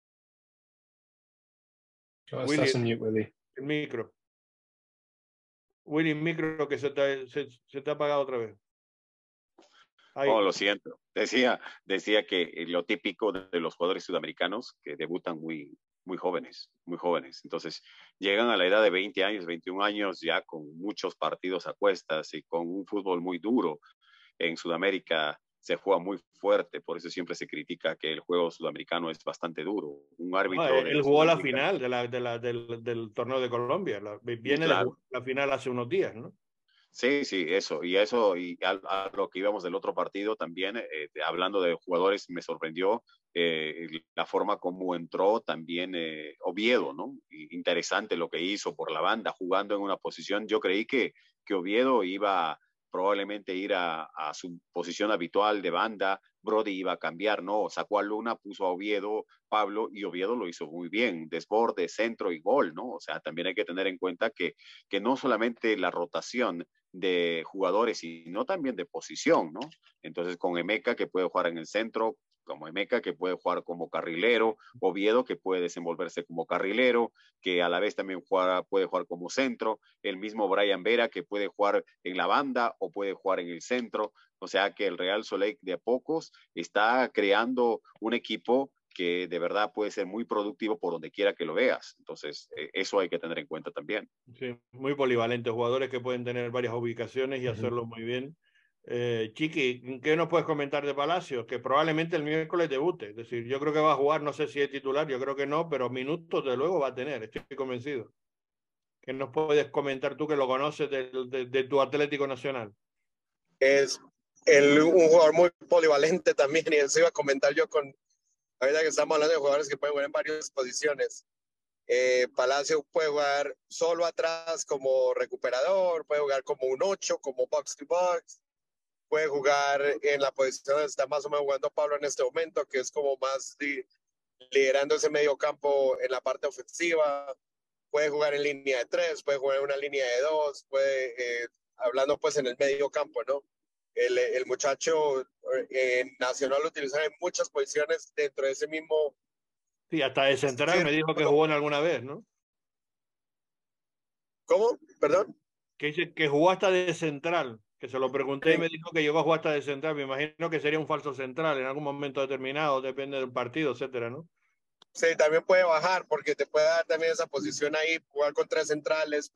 Willy, Estás en mute, Willy. el micro. Willy, el micro que se te ha apagado otra vez. Ahí. Oh, lo siento. Decía que lo típico de los jugadores sudamericanos que debutan muy jóvenes, muy jóvenes. Entonces, llegan a la edad de 20 años, 21 años, ya con muchos partidos a cuestas y con un fútbol muy duro. En Sudamérica se juega muy fuerte, por eso siempre se critica que el juego sudamericano es bastante duro. Un árbitro Él jugó la final del torneo de Colombia. Viene de jugar la final hace unos días, ¿no? Sí, eso, y a lo que íbamos del otro partido también, hablando de jugadores, me sorprendió la forma como entró también Oviedo, ¿no? Interesante lo que hizo por la banda, jugando en una posición, yo creí que Oviedo iba probablemente ir a su posición habitual de banda, Brody iba a cambiar, no, sacó a Luna, puso a Oviedo, Pablo, y Oviedo lo hizo muy bien, desborde, centro y gol, ¿no? O sea, también hay que tener en cuenta que no solamente la rotación de jugadores, sino también de posición, ¿no? Entonces, con Emeka, que puede jugar en el centro, como Emeka, que puede jugar como carrilero, Oviedo, que puede desenvolverse como carrilero, que a la vez también puede jugar como centro, el mismo Brian Vera, que puede jugar en la banda o puede jugar en el centro. O sea que el Real Soleil de a pocos está creando un equipo que de verdad puede ser muy productivo por donde quiera que lo veas. Entonces, eso hay que tener en cuenta también. Sí, muy polivalentes, jugadores que pueden tener varias ubicaciones y hacerlo muy bien. Chiqui, ¿qué nos puedes comentar de Palacios? Que probablemente el miércoles debute. Es decir, yo creo que va a jugar, no sé si es titular, yo creo que no, pero minutos de luego va a tener, estoy convencido. ¿Qué nos puedes comentar tú que lo conoces de tu Atlético Nacional? Es un jugador muy polivalente también, y eso iba a comentar yo ahorita que estamos hablando de jugadores que pueden jugar en varias posiciones. Palacio puede jugar solo atrás como recuperador, puede jugar como un 8, como box to box, puede jugar en la posición donde está más o menos jugando Pablo en este momento, que es como más liderando ese medio campo en la parte ofensiva, puede jugar en línea de 3, puede jugar en una línea de 2, hablando pues en el medio campo, ¿no? El muchacho Nacional lo utiliza en muchas posiciones dentro de ese mismo. Sí, hasta de central me dijo que jugó en alguna vez, ¿no? ¿Cómo? ¿Perdón? Que dice que jugó hasta de central. que se lo pregunté y me dijo que llegó a jugar hasta de central. Me imagino que sería un falso central en algún momento determinado, depende del partido, etcétera, ¿no? Sí, también puede bajar porque te puede dar también esa posición ahí, jugar con tres centrales,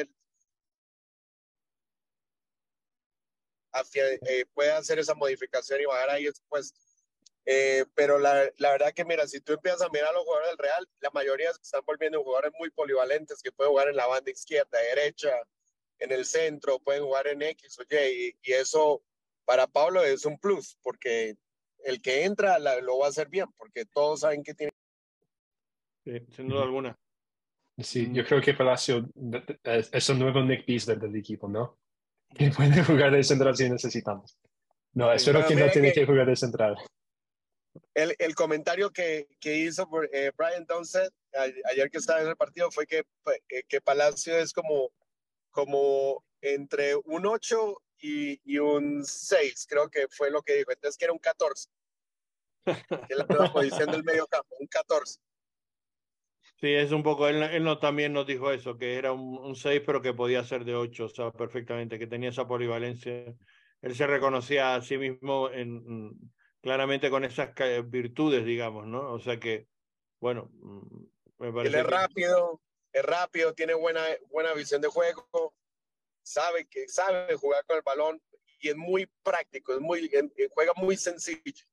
puede hacer esa modificación y bajar ahí después. Pero la verdad que mira, si tú empiezas a mirar a los jugadores del Real, la mayoría se están volviendo jugadores muy polivalentes que pueden jugar en la banda izquierda, derecha, en el centro, pueden jugar en X o Y, y eso para Pablo es un plus, porque el que entra lo va a hacer bien, porque todos saben que tiene. Sí, sin duda alguna. Sí, yo creo que Palacio es un nuevo Nick Beasley del equipo, ¿no? Que puede jugar de central si necesitamos. No, Sí. espero que no tiene que jugar de central. El comentario que hizo Brian Downsett ayer que estaba en el partido fue que Palacio es como entre un 8 y un 6, creo que fue lo que dijo. Entonces que era un 14. Que es la nueva posición del medio campo, un 14. Sí, es un poco, él no, también nos dijo eso, que era un 6, pero que podía ser de 8, o sea, perfectamente, que tenía esa polivalencia. Él se reconocía a sí mismo claramente con esas virtudes, digamos, ¿no? O sea que, bueno, me parece Él es rápido, tiene buena visión de juego, sabe jugar con el balón y es muy práctico, juega muy sencillo.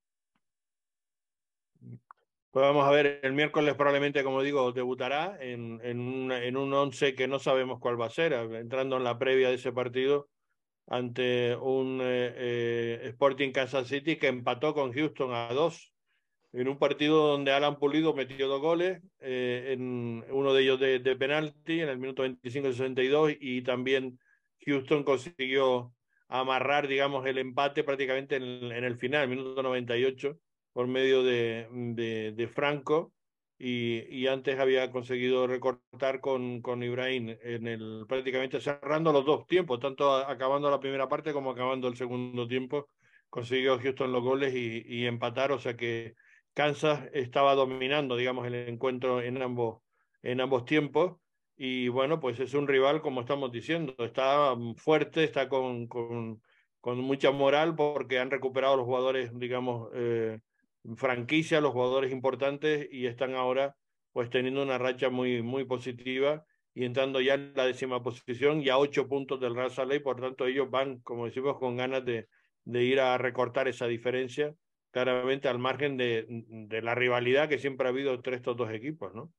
Pues vamos a ver, el miércoles probablemente, como digo, debutará en un 11 que no sabemos cuál va a ser, entrando en la previa de ese partido ante un Sporting Kansas City que empató con Houston a 2, en un partido donde Alan Pulido metió 2 goles, en uno de ellos de penalti en el minuto 25-62, y también Houston consiguió amarrar, digamos, el empate prácticamente en el final, minuto 98, por medio de Franco, y antes había conseguido recortar con Ibrahim prácticamente cerrando los dos tiempos, tanto acabando la primera parte como acabando el segundo tiempo. Consiguió Houston los goles y empatar, o sea que Kansas estaba dominando, digamos, el encuentro en ambos tiempos. Y bueno, pues es un rival, como estamos diciendo, está fuerte, está con mucha moral, porque han recuperado los jugadores, digamos, franquicia, los jugadores importantes, y están ahora pues teniendo una racha muy positiva y entrando ya en la 10ª posición y a 8 puntos del Real Salt Lake. Por tanto, ellos van, como decimos, con ganas de ir a recortar esa diferencia, claramente al margen de la rivalidad que siempre ha habido entre estos dos equipos, ¿no?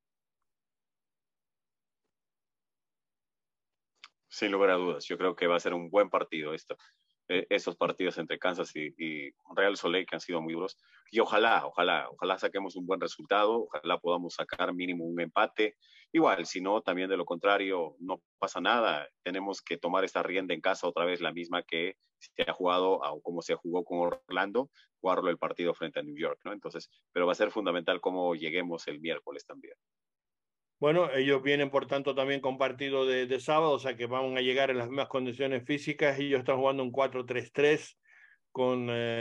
Sin lugar a dudas, yo creo que va a ser un buen partido esos partidos entre Kansas y Real Salt Lake, que han sido muy duros, y ojalá saquemos un buen resultado, ojalá podamos sacar mínimo un empate. Igual, si no, también de lo contrario, no pasa nada, tenemos que tomar esta rienda en casa otra vez, la misma que se ha jugado, o como se jugó con Orlando, jugarlo el partido frente a New York, ¿no? Entonces, pero va a ser fundamental cómo lleguemos el miércoles también. Bueno, ellos vienen por tanto también con partido de sábado, o sea que van a llegar en las mismas condiciones físicas. Ellos están jugando un 4-3-3 con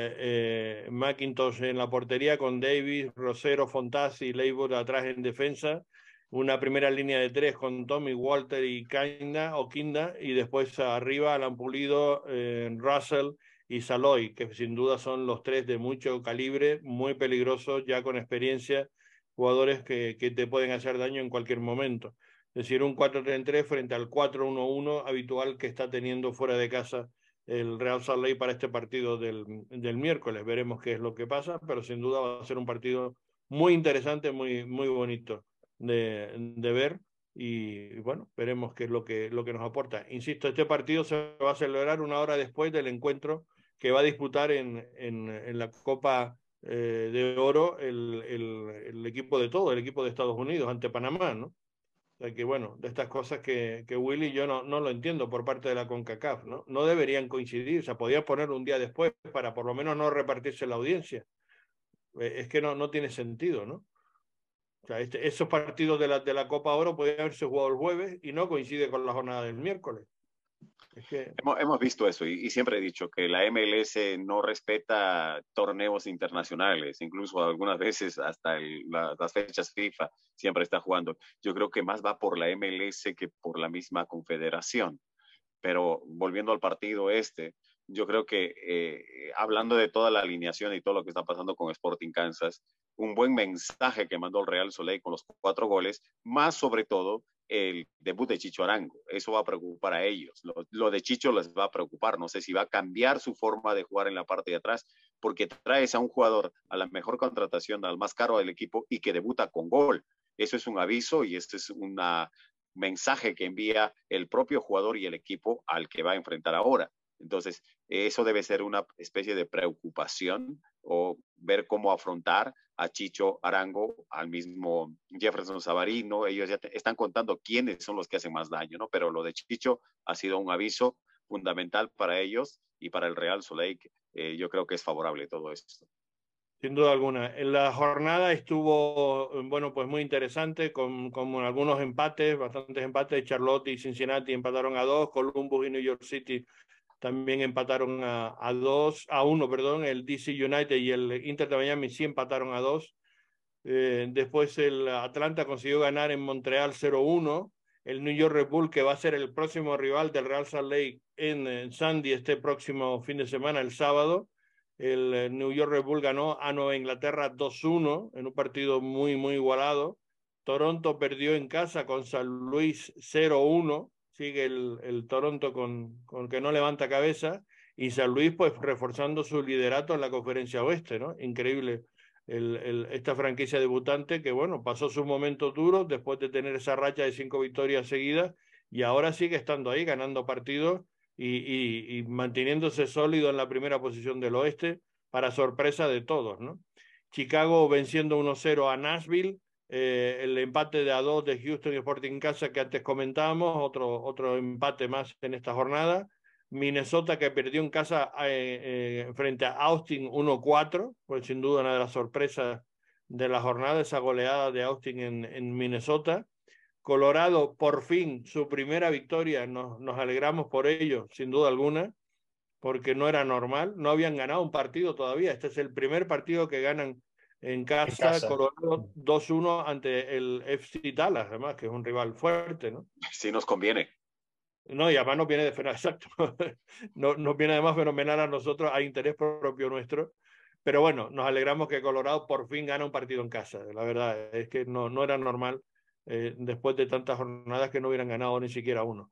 McIntosh en la portería, con Davis, Rosero, Fontasi y Leibold atrás en defensa. Una primera línea de 3 con Tommy, Walter y Kinda, y después arriba Alan Pulido, Russell y Saloy, que sin duda son los 3 de mucho calibre, muy peligrosos, ya con experiencia, jugadores que te pueden hacer daño en cualquier momento. Es decir, un 4-3-3 frente al 4-1-1 habitual que está teniendo fuera de casa el Real Salt Lake para este partido del miércoles. Veremos qué es lo que pasa, pero sin duda va a ser un partido muy interesante, muy bonito de ver, y bueno, veremos qué es lo que nos aporta. Insisto, este partido se va a celebrar una hora después del encuentro que va a disputar en la Copa de Oro el equipo de todo, el equipo de Estados Unidos ante Panamá, ¿no? O sea que bueno, de estas cosas que Willy yo no lo entiendo por parte de la CONCACAF, ¿no? No deberían coincidir, o sea, podían poner un día después para por lo menos no repartirse la audiencia. Es que no tiene sentido, ¿no? O sea, esos partidos de la Copa Oro podían haberse jugado el jueves y no coincide con la jornada del miércoles. Es que... hemos visto eso y siempre he dicho que la MLS no respeta torneos internacionales, incluso algunas veces hasta las fechas FIFA siempre está jugando. Yo creo que más va por la MLS que por la misma confederación. Pero volviendo al partido yo creo que hablando de toda la alineación y todo lo que está pasando con Sporting Kansas, un buen mensaje que mandó el Real Soleil con los 4 goles, más sobre todo el debut de Chicho Arango. Eso va a preocupar a ellos. Lo de Chicho les va a preocupar. No sé si va a cambiar su forma de jugar en la parte de atrás, porque traes a un jugador a la mejor contratación, al más caro del equipo y que debuta con gol. Eso es un aviso y esto es un mensaje que envía el propio jugador y el equipo al que va a enfrentar ahora. Entonces, eso debe ser una especie de preocupación o ver cómo afrontar a Chicho Arango, al mismo Jefferson Savarino. Ellos ya están contando quiénes son los que hacen más daño, ¿no? Pero lo de Chicho ha sido un aviso fundamental para ellos y para el Real Soleil. Yo creo que es favorable todo esto. Sin duda alguna. En la jornada estuvo, bueno, pues muy interesante, con algunos empates, bastantes empates. Charlotte y Cincinnati empataron a 2, Columbus y New York City también empataron a 1, perdón. El DC United y el Inter de Miami sí empataron a 2. Después el Atlanta consiguió ganar en Montreal 0-1. El New York Red Bull, que va a ser el próximo rival del Real Salt Lake en Sandy este próximo fin de semana, el sábado. El New York Red Bull ganó a Nueva Inglaterra 2-1 en un partido muy, muy igualado. Toronto perdió en casa con San Luis 0-1. Sigue el Toronto con que no levanta cabeza. Y San Luis, pues, reforzando su liderato en la Conferencia Oeste, ¿no? Increíble esta franquicia debutante que, bueno, pasó sus momentos duros después de tener esa racha de 5 victorias seguidas y ahora sigue estando ahí, ganando partidos y manteniéndose sólido en la primera posición del oeste, para sorpresa de todos, ¿no? Chicago venciendo 1-0 a Nashville, el empate de A2 de Houston y Sporting Kansas que antes comentábamos, otro empate más en esta jornada. Minnesota, que perdió en casa frente a Austin 1-4, pues sin duda una de las sorpresas de la jornada, esa goleada de Austin en Minnesota. Colorado, por fin, su primera victoria, nos alegramos por ello, sin duda alguna, porque no era normal, no habían ganado un partido todavía. Este es el primer partido que ganan en casa. Colorado 2-1 ante el FC Dallas, además, que es un rival fuerte, ¿no? Sí nos conviene. No, y además nos viene de fenomenal, exacto. Nos viene además fenomenal a nosotros, a interés propio nuestro. Pero bueno, nos alegramos que Colorado por fin gana un partido en casa. La verdad es que no era normal, después de tantas jornadas, que no hubieran ganado ni siquiera uno.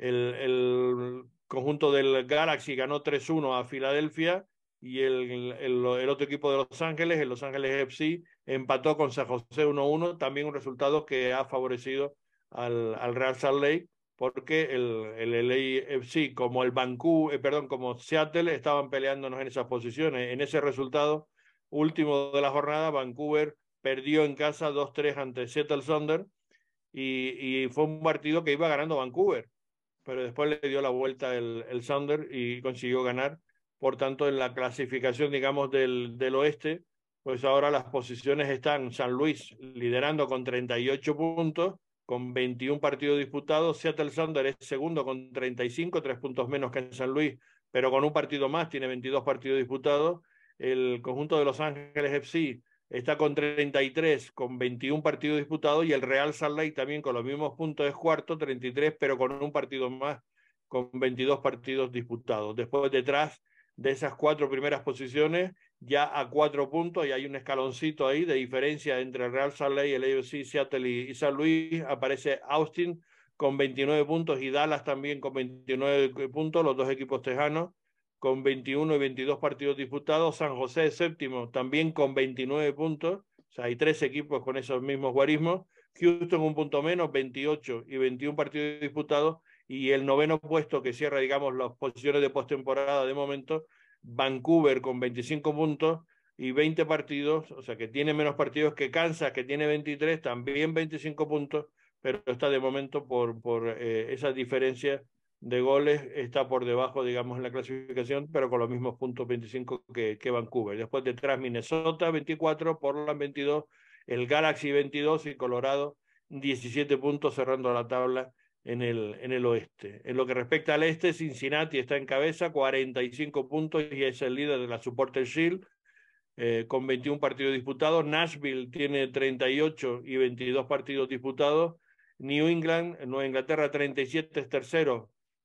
El conjunto del Galaxy ganó 3-1 a Filadelfia y el otro equipo de Los Ángeles, el Los Ángeles FC, empató con San José 1-1, también un resultado que ha favorecido al Real Salt Lake, porque el LAFC como el como Seattle estaban peleándonos en esas posiciones. En ese resultado último de la jornada, Vancouver perdió en casa 2-3 ante Seattle Sounders y fue un partido que iba ganando Vancouver, pero después le dio la vuelta el Sounders y consiguió ganar. Por tanto, en la clasificación, digamos, del oeste, pues ahora las posiciones están San Luis liderando con 38 puntos, con 21 partidos disputados. Seattle Sounders es segundo con 35, 3 puntos menos que en San Luis, pero con un partido más, tiene 22 partidos disputados. El conjunto de Los Ángeles FC está con 33, con 21 partidos disputados, y el Real Salt Lake también con los mismos puntos es cuarto, 33, pero con un partido más, con 22 partidos disputados. Después, detrás de esas 4 primeras posiciones, ya a 4 puntos, y hay un escaloncito ahí de diferencia entre el Real Salt Lake, el AFC, Seattle y San Luis. Aparece Austin con 29 puntos y Dallas también con 29 puntos, los dos equipos tejanos, con 21 y 22 partidos disputados. San José séptimo, también con 29 puntos. O sea, hay 3 equipos con esos mismos guarismos. Houston un punto menos, 28 y 21 partidos disputados. Y el noveno puesto, que cierra, digamos, las posiciones de postemporada de momento, Vancouver con 25 puntos y 20 partidos, o sea que tiene menos partidos que Kansas, que tiene 23, también 25 puntos, pero está de momento por esa diferencia de goles, está por debajo, digamos, en la clasificación, pero con los mismos puntos, 25 que Vancouver. Después detrás Minnesota 24, Portland 22, el Galaxy 22 y Colorado 17 puntos, cerrando la tabla en el oeste. En lo que respecta al este, Cincinnati está en cabeza, 45 puntos, y es el líder de la Supporter Shield, con 21 partidos disputados. Nashville tiene 38 y 22 partidos disputados. Nueva Inglaterra 37 es tercero,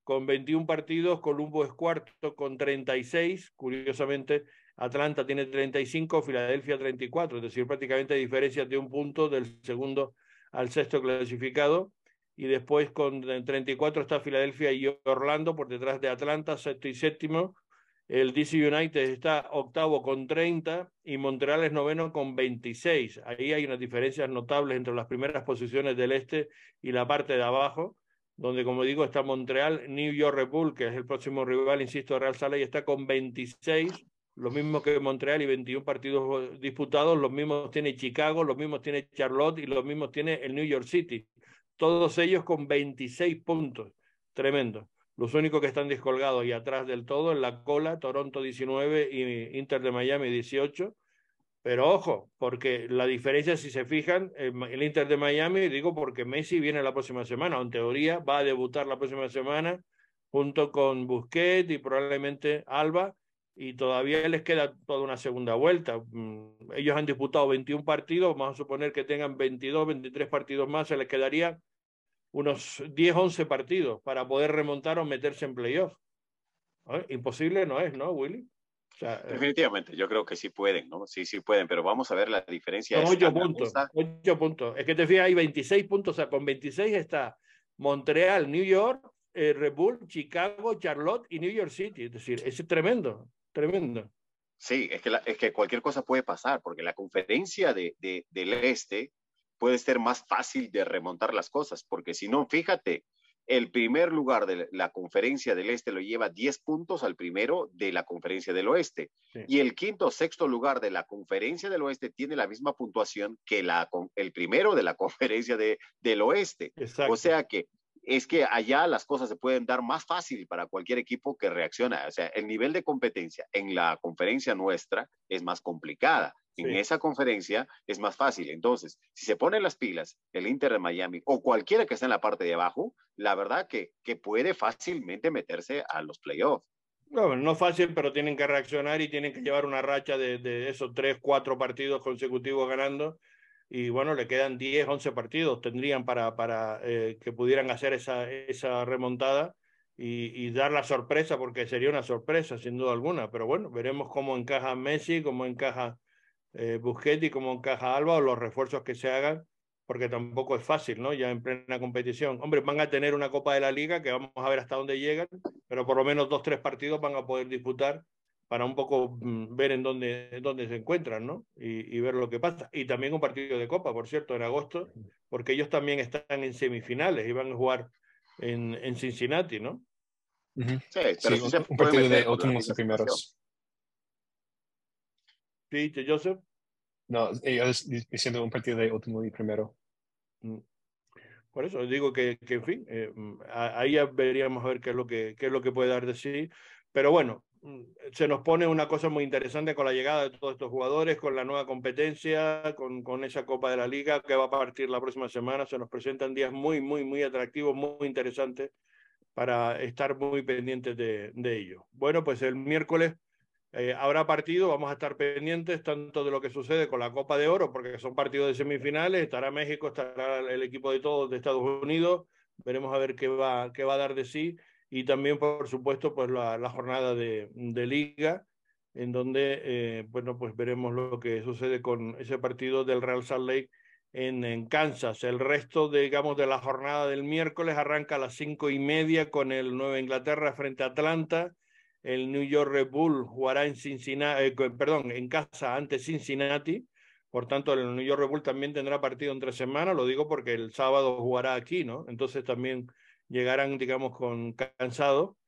con 21 partidos, Columbo es cuarto con 36, curiosamente Atlanta tiene 35, Filadelfia 34, es decir, prácticamente diferencias de un punto del segundo al sexto clasificado, y después con 34 está Filadelfia y Orlando por detrás de Atlanta, sexto y séptimo. El DC United está octavo con 30 y Montreal es noveno con 26. Ahí hay unas diferencias notables entre las primeras posiciones del este y la parte de abajo, donde, como digo, está Montreal. New York Red Bull, que es el próximo rival, insisto, de Real Salt Lake, está con 26, los mismos que Montreal, y 21 partidos disputados. Los mismos tiene Chicago, los mismos tiene Charlotte y los mismos tiene el New York City. Todos ellos con 26 puntos. Tremendo. Los únicos que están descolgados y atrás del todo en la cola, Toronto 19 y Inter de Miami 18. Pero ojo, porque la diferencia, si se fijan, el Inter de Miami, digo porque Messi viene la próxima semana, o en teoría va a debutar la próxima semana junto con Busquets y probablemente Alba, y todavía les queda toda una segunda vuelta. Ellos han disputado 21 partidos, vamos a suponer que tengan 22, 23 partidos más, se les quedaría unos 10, 11 partidos para poder remontar o meterse en playoff. Imposible no es, ¿no, Willy? O sea, definitivamente, yo creo que sí pueden, ¿no? Sí, sí pueden, pero vamos a ver la diferencia. Son 8 puntos. 8 puntos. Es que te fijas, hay 26 puntos. O sea, con 26 está Montreal, New York, Red Bull, Chicago, Charlotte y New York City. Es decir, es tremendo, tremendo. Sí, es que cualquier cosa puede pasar, porque la conferencia del este puede ser más fácil de remontar las cosas, porque si no, fíjate, el primer lugar de la conferencia del este lo lleva 10 puntos al primero de la conferencia del oeste. Sí. Y el quinto o sexto lugar de la conferencia del oeste tiene la misma puntuación que el primero de la conferencia del oeste. Exacto. O sea que es que allá las cosas se pueden dar más fácil para cualquier equipo que reacciona. O sea, el nivel de competencia en la conferencia nuestra es más complicada. En esa conferencia es más fácil. Entonces, si se ponen las pilas el Inter de Miami o cualquiera que esté en la parte de abajo, la verdad que puede fácilmente meterse a los playoffs. No, no fácil, pero tienen que reaccionar y tienen que llevar una racha de esos 3, 4 partidos consecutivos ganando. Y bueno, le quedan 10, 11 partidos, tendrían para que pudieran hacer esa remontada y dar la sorpresa, porque sería una sorpresa sin duda alguna. Pero bueno, veremos cómo encaja Messi, cómo encaja Busquets y cómo encaja Alba, o los refuerzos que se hagan, porque tampoco es fácil, ¿no? Ya en plena competición. Hombre, van a tener una Copa de la Liga que vamos a ver hasta dónde llegan, pero por lo menos 2, 3 partidos van a poder disputar para un poco ver en dónde se encuentran, ¿no? Y ver lo que pasa. Y también un partido de Copa, por cierto, en agosto, porque ellos también están en semifinales y van a jugar en Cincinnati, ¿no? Sí, pero sí, un partido de últimos y primeros. Sí, Joseph. No, ellos diciendo un partido de último y primero. Por eso digo que en fin, ahí ya veríamos a ver qué es lo que puede dar de sí. Pero bueno, se nos pone una cosa muy interesante con la llegada de todos estos jugadores, con la nueva competencia, con esa Copa de la Liga que va a partir la próxima semana. Se nos presentan días muy, muy, muy atractivos, muy interesantes para estar muy pendientes de ello. Bueno, pues el miércoles habrá partido, vamos a estar pendientes tanto de lo que sucede con la Copa de Oro, porque son partidos de semifinales, estará México, estará el equipo de todos de Estados Unidos, veremos a ver qué va a dar de sí, y también, por supuesto, pues la jornada de Liga, en donde, bueno, pues veremos lo que sucede con ese partido del Real Salt Lake en Kansas. El resto, digamos, de la jornada del miércoles arranca a las 5:30 con el Nueva Inglaterra frente a Atlanta. El New York Red Bull jugará en en casa ante Cincinnati. Por tanto, el New York Red Bull también tendrá partido entre semana. Lo digo porque el sábado jugará aquí, ¿no? Entonces también llegarán, digamos, cansados.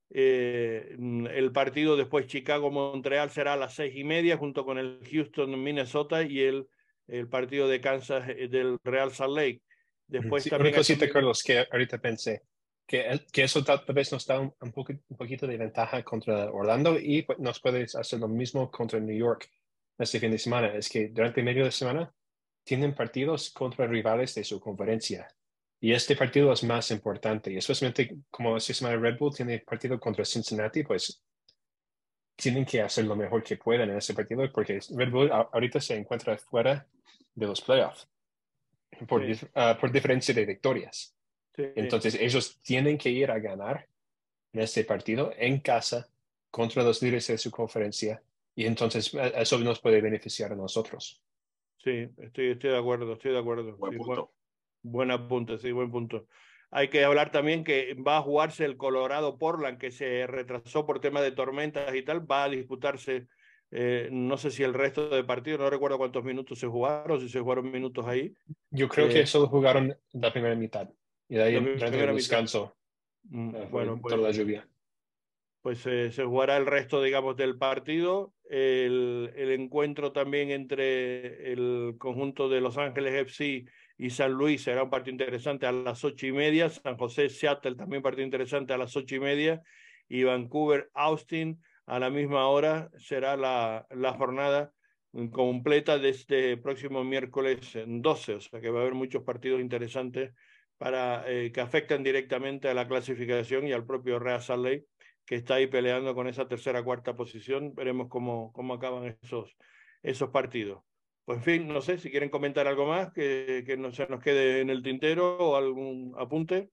El partido después Chicago-Montreal será a las 6:30 junto con el Houston-Minnesota y el partido de Kansas del Real Salt Lake. Después sí, también una cosita, Carlos, que ahorita pensé. Que eso tal vez nos da un poquito de ventaja contra Orlando y nos puede hacer lo mismo contra New York este fin de semana. Es que durante medio de semana tienen partidos contra rivales de su conferencia. Y este partido es más importante. Y especialmente como esta semana Red Bull tiene partido contra Cincinnati, pues tienen que hacer lo mejor que puedan en ese partido porque Red Bull ahorita se encuentra fuera de los playoffs por diferencia de victorias. Sí. Entonces ellos tienen que ir a ganar en este partido en casa contra los líderes de su conferencia, y entonces eso nos puede beneficiar a nosotros. Sí, estoy de acuerdo, estoy de acuerdo. Buen Sí, punto. buen apunte, sí, buen punto. Hay que hablar también que va a jugarse el Colorado Portland, que se retrasó por tema de tormentas y tal, va a disputarse, no sé si el resto de partidos, no recuerdo cuántos minutos se jugaron, si se jugaron minutos ahí. Yo creo que solo jugaron la primera mitad, y de ahí La durante primera el mitad. descanso fue Bueno, toda la lluvia. Pues se jugará el resto, digamos, del partido. El encuentro también entre el conjunto de Los Ángeles FC y San Luis será un partido interesante a las 8:30. San José, Seattle también partido interesante a las 8:30. Y Vancouver, Austin a la misma hora será la jornada completa de este próximo miércoles 12. O sea que va a haber muchos partidos interesantes para que afecten directamente a la clasificación y al propio Real Salt Lake, que está ahí peleando con esa tercera, cuarta posición. Veremos cómo acaban esos partidos. Pues en fin, no sé si quieren comentar algo más que no se nos quede en el tintero o algún apunte.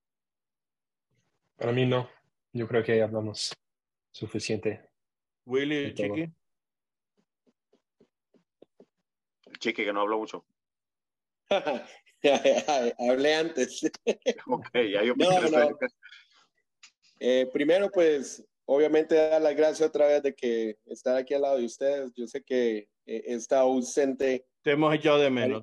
Para mí no. Yo creo que hablamos suficiente. Willy, Chiqui. Chiqui, que no habló mucho. Hablé antes. Ok, ya yo no. Primero, pues, obviamente dar las gracias otra vez de que estar aquí al lado de ustedes. Yo sé que he estado ausente. Te hemos echado de menos,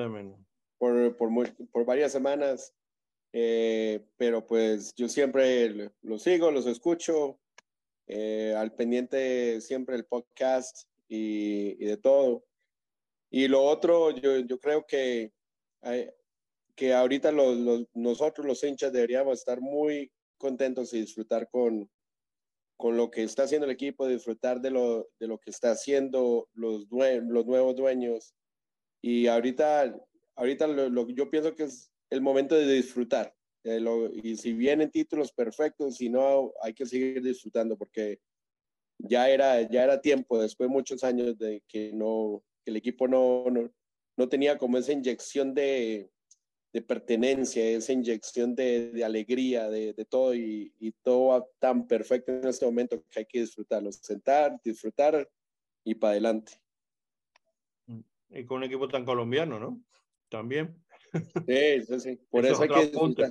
por varias semanas, pero pues yo siempre los sigo, los escucho, al pendiente siempre el podcast y de todo. Y lo otro, yo creo que ahorita nosotros los hinchas deberíamos estar muy contentos y disfrutar con lo que está haciendo el equipo, disfrutar de lo que está haciendo los nuevos dueños. Y ahorita yo pienso que es el momento de disfrutar. Y si vienen títulos perfectos, si no, hay que seguir disfrutando porque ya era tiempo, después de muchos años de que el equipo no tenía como esa inyección de pertenencia, esa inyección de alegría, de todo, y todo va tan perfecto en este momento que hay que disfrutarlo, sentar, disfrutar y para adelante. Y con un equipo tan colombiano, ¿no? También. Sí. Por eso hay que disfrutar.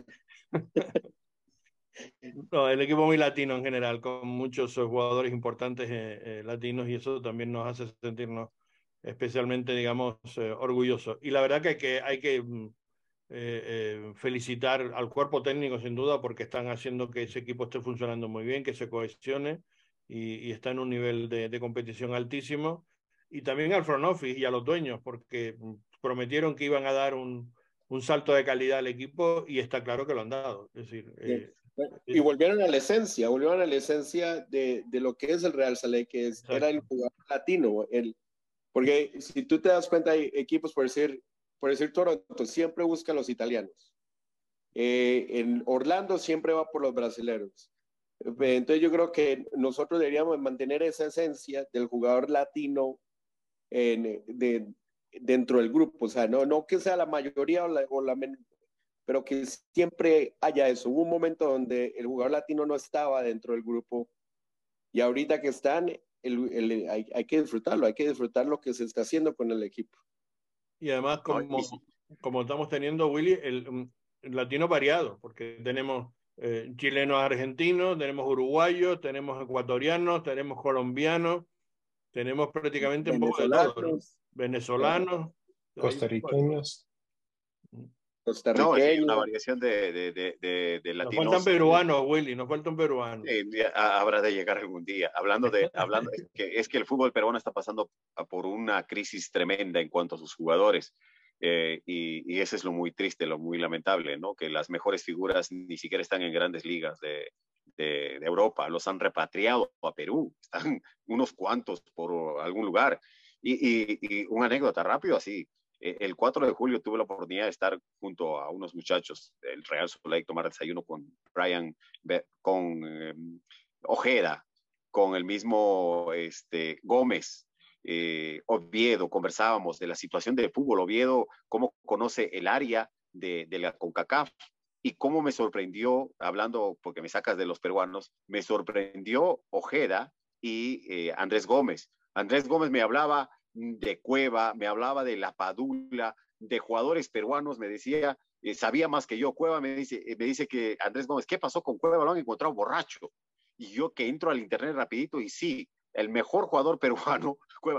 No, el equipo muy latino en general, con muchos jugadores importantes latinos, y eso también nos hace sentirnos especialmente, digamos, orgullosos. Y la verdad que hay que felicitar al cuerpo técnico sin duda, porque están haciendo que ese equipo esté funcionando muy bien, que se cohesione y está en un nivel de competición altísimo. Y también al front office y a los dueños, porque prometieron que iban a dar un salto de calidad al equipo y está claro que lo han dado. Es decir, y volvieron a la esencia de lo que es el Real Salt Lake, que era el jugador latino. Porque si tú te das cuenta, hay equipos, por decir Toronto, siempre buscan los italianos. En Orlando siempre va por los brasileños. Entonces yo creo que nosotros deberíamos mantener esa esencia del jugador latino dentro del grupo. O sea, no que sea la mayoría pero que siempre haya eso. Hubo un momento donde el jugador latino no estaba dentro del grupo, y ahorita que están, hay que disfrutarlo, hay que disfrutar lo que se está haciendo con el equipo. Y además, como estamos teniendo, Willy, el latino variado, porque tenemos chilenos argentinos, tenemos uruguayos, tenemos ecuatorianos, tenemos colombianos, tenemos prácticamente un poco de todo, ¿no? Venezolanos, costarriqueños. No, sí, una variación de latinos. Nos faltan peruanos, Willy, nos faltan peruanos. Habrá de llegar algún día. Es que el fútbol peruano está pasando por una crisis tremenda en cuanto a sus jugadores. Y eso es lo muy triste, lo muy lamentable, ¿no? Que las mejores figuras ni siquiera están en grandes ligas de Europa, los han repatriado a Perú, están unos cuantos por algún lugar. Y una anécdota rápido así. El 4 de julio tuve la oportunidad de estar junto a unos muchachos del Real Salt Lake, tomar desayuno con Brian, con Ojeda, con el mismo Gómez, Oviedo. Conversábamos de la situación del fútbol. Oviedo, cómo conoce el área de la CONCACAF, y cómo me sorprendió, hablando, porque me sacas de los peruanos, me sorprendió Ojeda y Andrés Gómez. Andrés Gómez me hablaba de Cueva, me hablaba de La Padula, de jugadores peruanos, me decía, sabía más que yo. Cueva me dice que Andrés Gómez, ¿qué pasó con Cueva? Lo han encontrado borracho. Y yo que entro al internet rapidito y sí, el mejor jugador peruano, Cueva,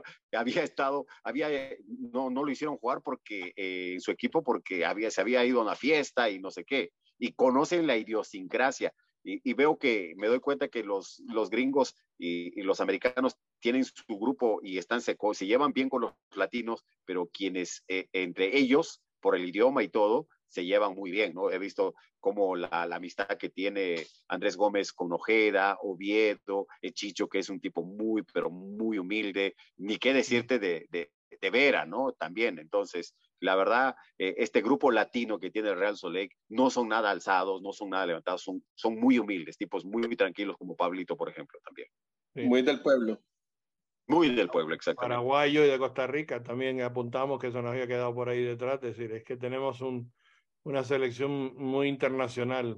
no lo hicieron jugar porque en su equipo porque se había ido a una fiesta y no sé qué, y conocen la idiosincrasia. Y veo que me doy cuenta que los gringos y los americanos tienen su grupo y se llevan bien con los latinos, pero quienes entre ellos, por el idioma y todo, se llevan muy bien, ¿no? He visto como la amistad que tiene Andrés Gómez con Ojeda, Oviedo, Chicho, que es un tipo muy, pero muy humilde, ni qué decirte de Vera, ¿no? También, entonces, la verdad, este grupo latino que tiene el Real Salt Lake no son nada alzados, no son nada levantados, son muy humildes, tipos muy, muy tranquilos, como Pablito, por ejemplo, también. Sí. Muy del pueblo. Muy del pueblo, exactamente. Paraguayo y de Costa Rica también apuntamos que eso nos había quedado por ahí detrás, es decir, es que tenemos una selección muy internacional,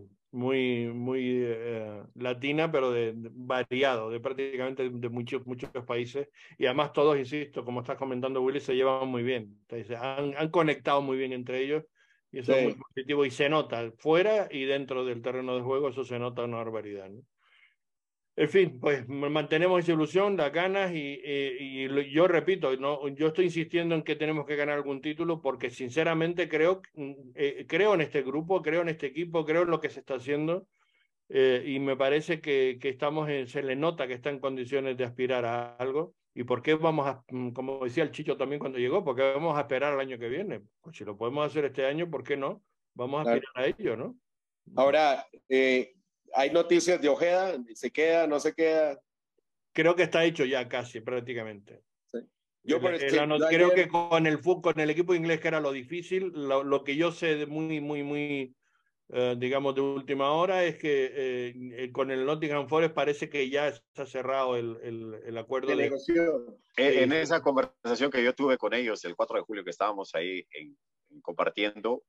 muy latina, pero variado, de prácticamente de muchos países, y además todos, insisto, como estás comentando, Willy, se llevan muy bien. Entonces, han conectado muy bien entre ellos, y eso es muy positivo, y se nota, fuera y dentro del terreno de juego, eso se nota una barbaridad, ¿no? En fin, pues mantenemos esa ilusión, las ganas y yo repito, no, yo estoy insistiendo en que tenemos que ganar algún título porque sinceramente creo en este grupo, creo en este equipo, creo en lo que se está haciendo y me parece que se le nota que está en condiciones de aspirar a algo. ¿Y por qué vamos a, como decía el Chicho también cuando llegó, porque vamos a esperar al año que viene? Pues si lo podemos hacer este año, ¿por qué no? Vamos a aspirar a ello, ¿no? Ahora, hay noticias de Ojeda, ¿se queda, no se queda? Creo que está hecho ya casi, prácticamente. Sí. Creo ayer... que con el equipo inglés, que era lo difícil, lo que yo sé muy digamos, de última hora, es que con el Nottingham Forest parece que ya está cerrado el acuerdo de negocio. En esa conversación que yo tuve con ellos el 4 de julio, que estábamos ahí compartiendo,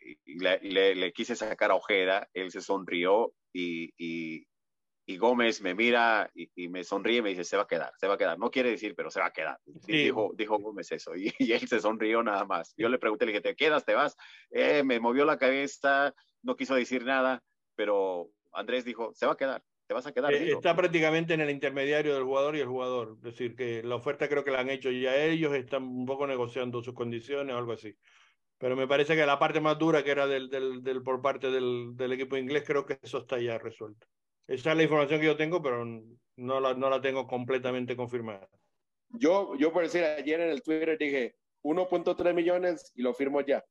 le quise sacar a Ojeda, él se sonrió y Gómez me mira y me sonríe y me dice, se va a quedar. No quiere decir, pero se va a quedar. Sí. Dijo Gómez eso y él se sonrió nada más. Yo le pregunté, le dije, ¿te quedas, te vas? Me movió la cabeza, no quiso decir nada, pero Andrés dijo, se va a quedar. Te vas a quedar. Está prácticamente en el intermediario del jugador y el jugador. Es decir, que la oferta creo que la han hecho ya ellos, están un poco negociando sus condiciones o algo así. Pero me parece que la parte más dura que era por parte del equipo inglés, creo que eso está ya resuelto. Esa es la información que yo tengo, pero no la tengo completamente confirmada. Yo por decir, ayer en el Twitter dije 1.3 millones y lo firmo ya.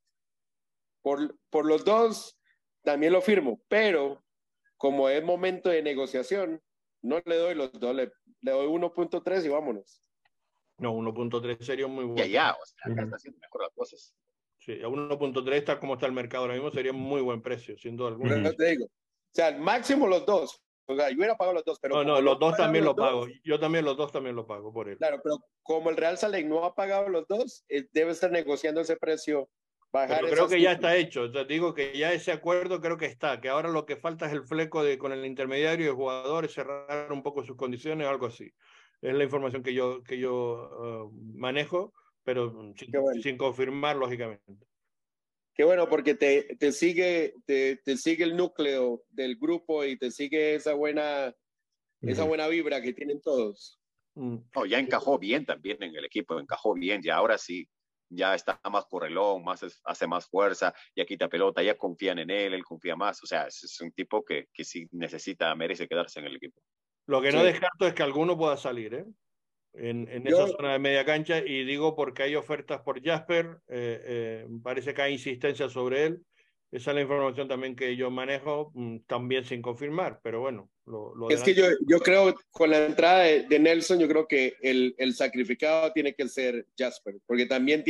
Por los dos también lo firmo, pero como es momento de negociación, no le doy los dos, le doy 1.3 y vámonos. No, 1.3 sería muy bueno. Ya, o sea, acá está haciendo mejor las cosas. Sí, a 1.3, tal como está el mercado ahora mismo, sería muy buen precio, sin duda alguna. Pero te digo, o sea, al máximo los dos. O sea, yo hubiera pagado los dos, pero... No, los dos también lo pago. Yo también los dos también lo pago por él. Claro, pero como el Real Salt Lake no ha pagado los dos, debe estar negociando ese precio. Pero creo que ya está hecho. Te digo que ya ese acuerdo creo que está, que ahora lo que falta es el fleco con el intermediario y el jugador, cerrar un poco sus condiciones o algo así. Es la información que yo manejo, pero sin confirmar, lógicamente. Qué bueno, porque te sigue el núcleo del grupo y te sigue esa buena vibra que tienen todos. No, ya encajó bien también en el equipo, encajó bien, ya ahora sí, ya está más correlón, hace más fuerza, ya quita pelota, ya confían en él confía más, o sea, es un tipo que sí merece quedarse en el equipo. Lo que no descarto es que alguno pueda salir, ¿eh? En esa zona de media cancha, y digo porque hay ofertas por Jasper, parece que hay insistencia sobre él. Esa es la información también que yo manejo, también sin confirmar, pero bueno. Es que yo creo, con la entrada de Nelson, yo creo que el sacrificado tiene que ser Jasper, porque también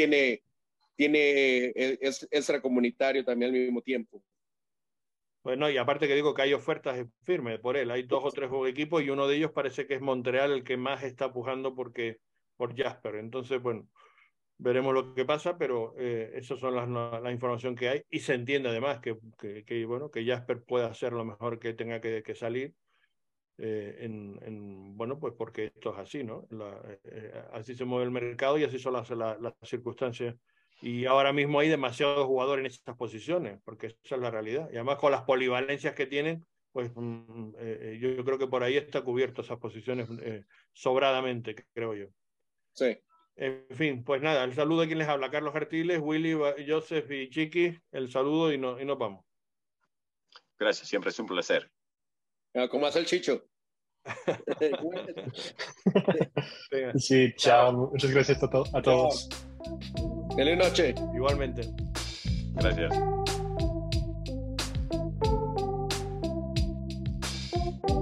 es extracomunitario también al mismo tiempo. Bueno, y aparte que digo que hay ofertas firmes por él, hay 2 o 3 equipos y uno de ellos parece que es Montreal el que más está pujando por Jasper. Entonces, bueno, veremos lo que pasa, pero esas son la información que hay, y se entiende además bueno, que Jasper pueda hacer lo mejor que tenga que salir, bueno, pues porque esto es así, ¿no? Así se mueve el mercado y así son las circunstancias. Y ahora mismo hay demasiados jugadores en estas posiciones, porque esa es la realidad. Y además con las polivalencias que tienen, pues yo creo que por ahí está cubierto esas posiciones sobradamente, creo yo. Sí. En fin, pues nada, el saludo de quien les habla, Carlos Artiles, Willy, Joseph y Chiqui, el saludo y nos vamos. Gracias, siempre es un placer. ¿Cómo hace el Chicho? Sí, chao. Muchas gracias a todos. Feliz noche. Igualmente. Gracias.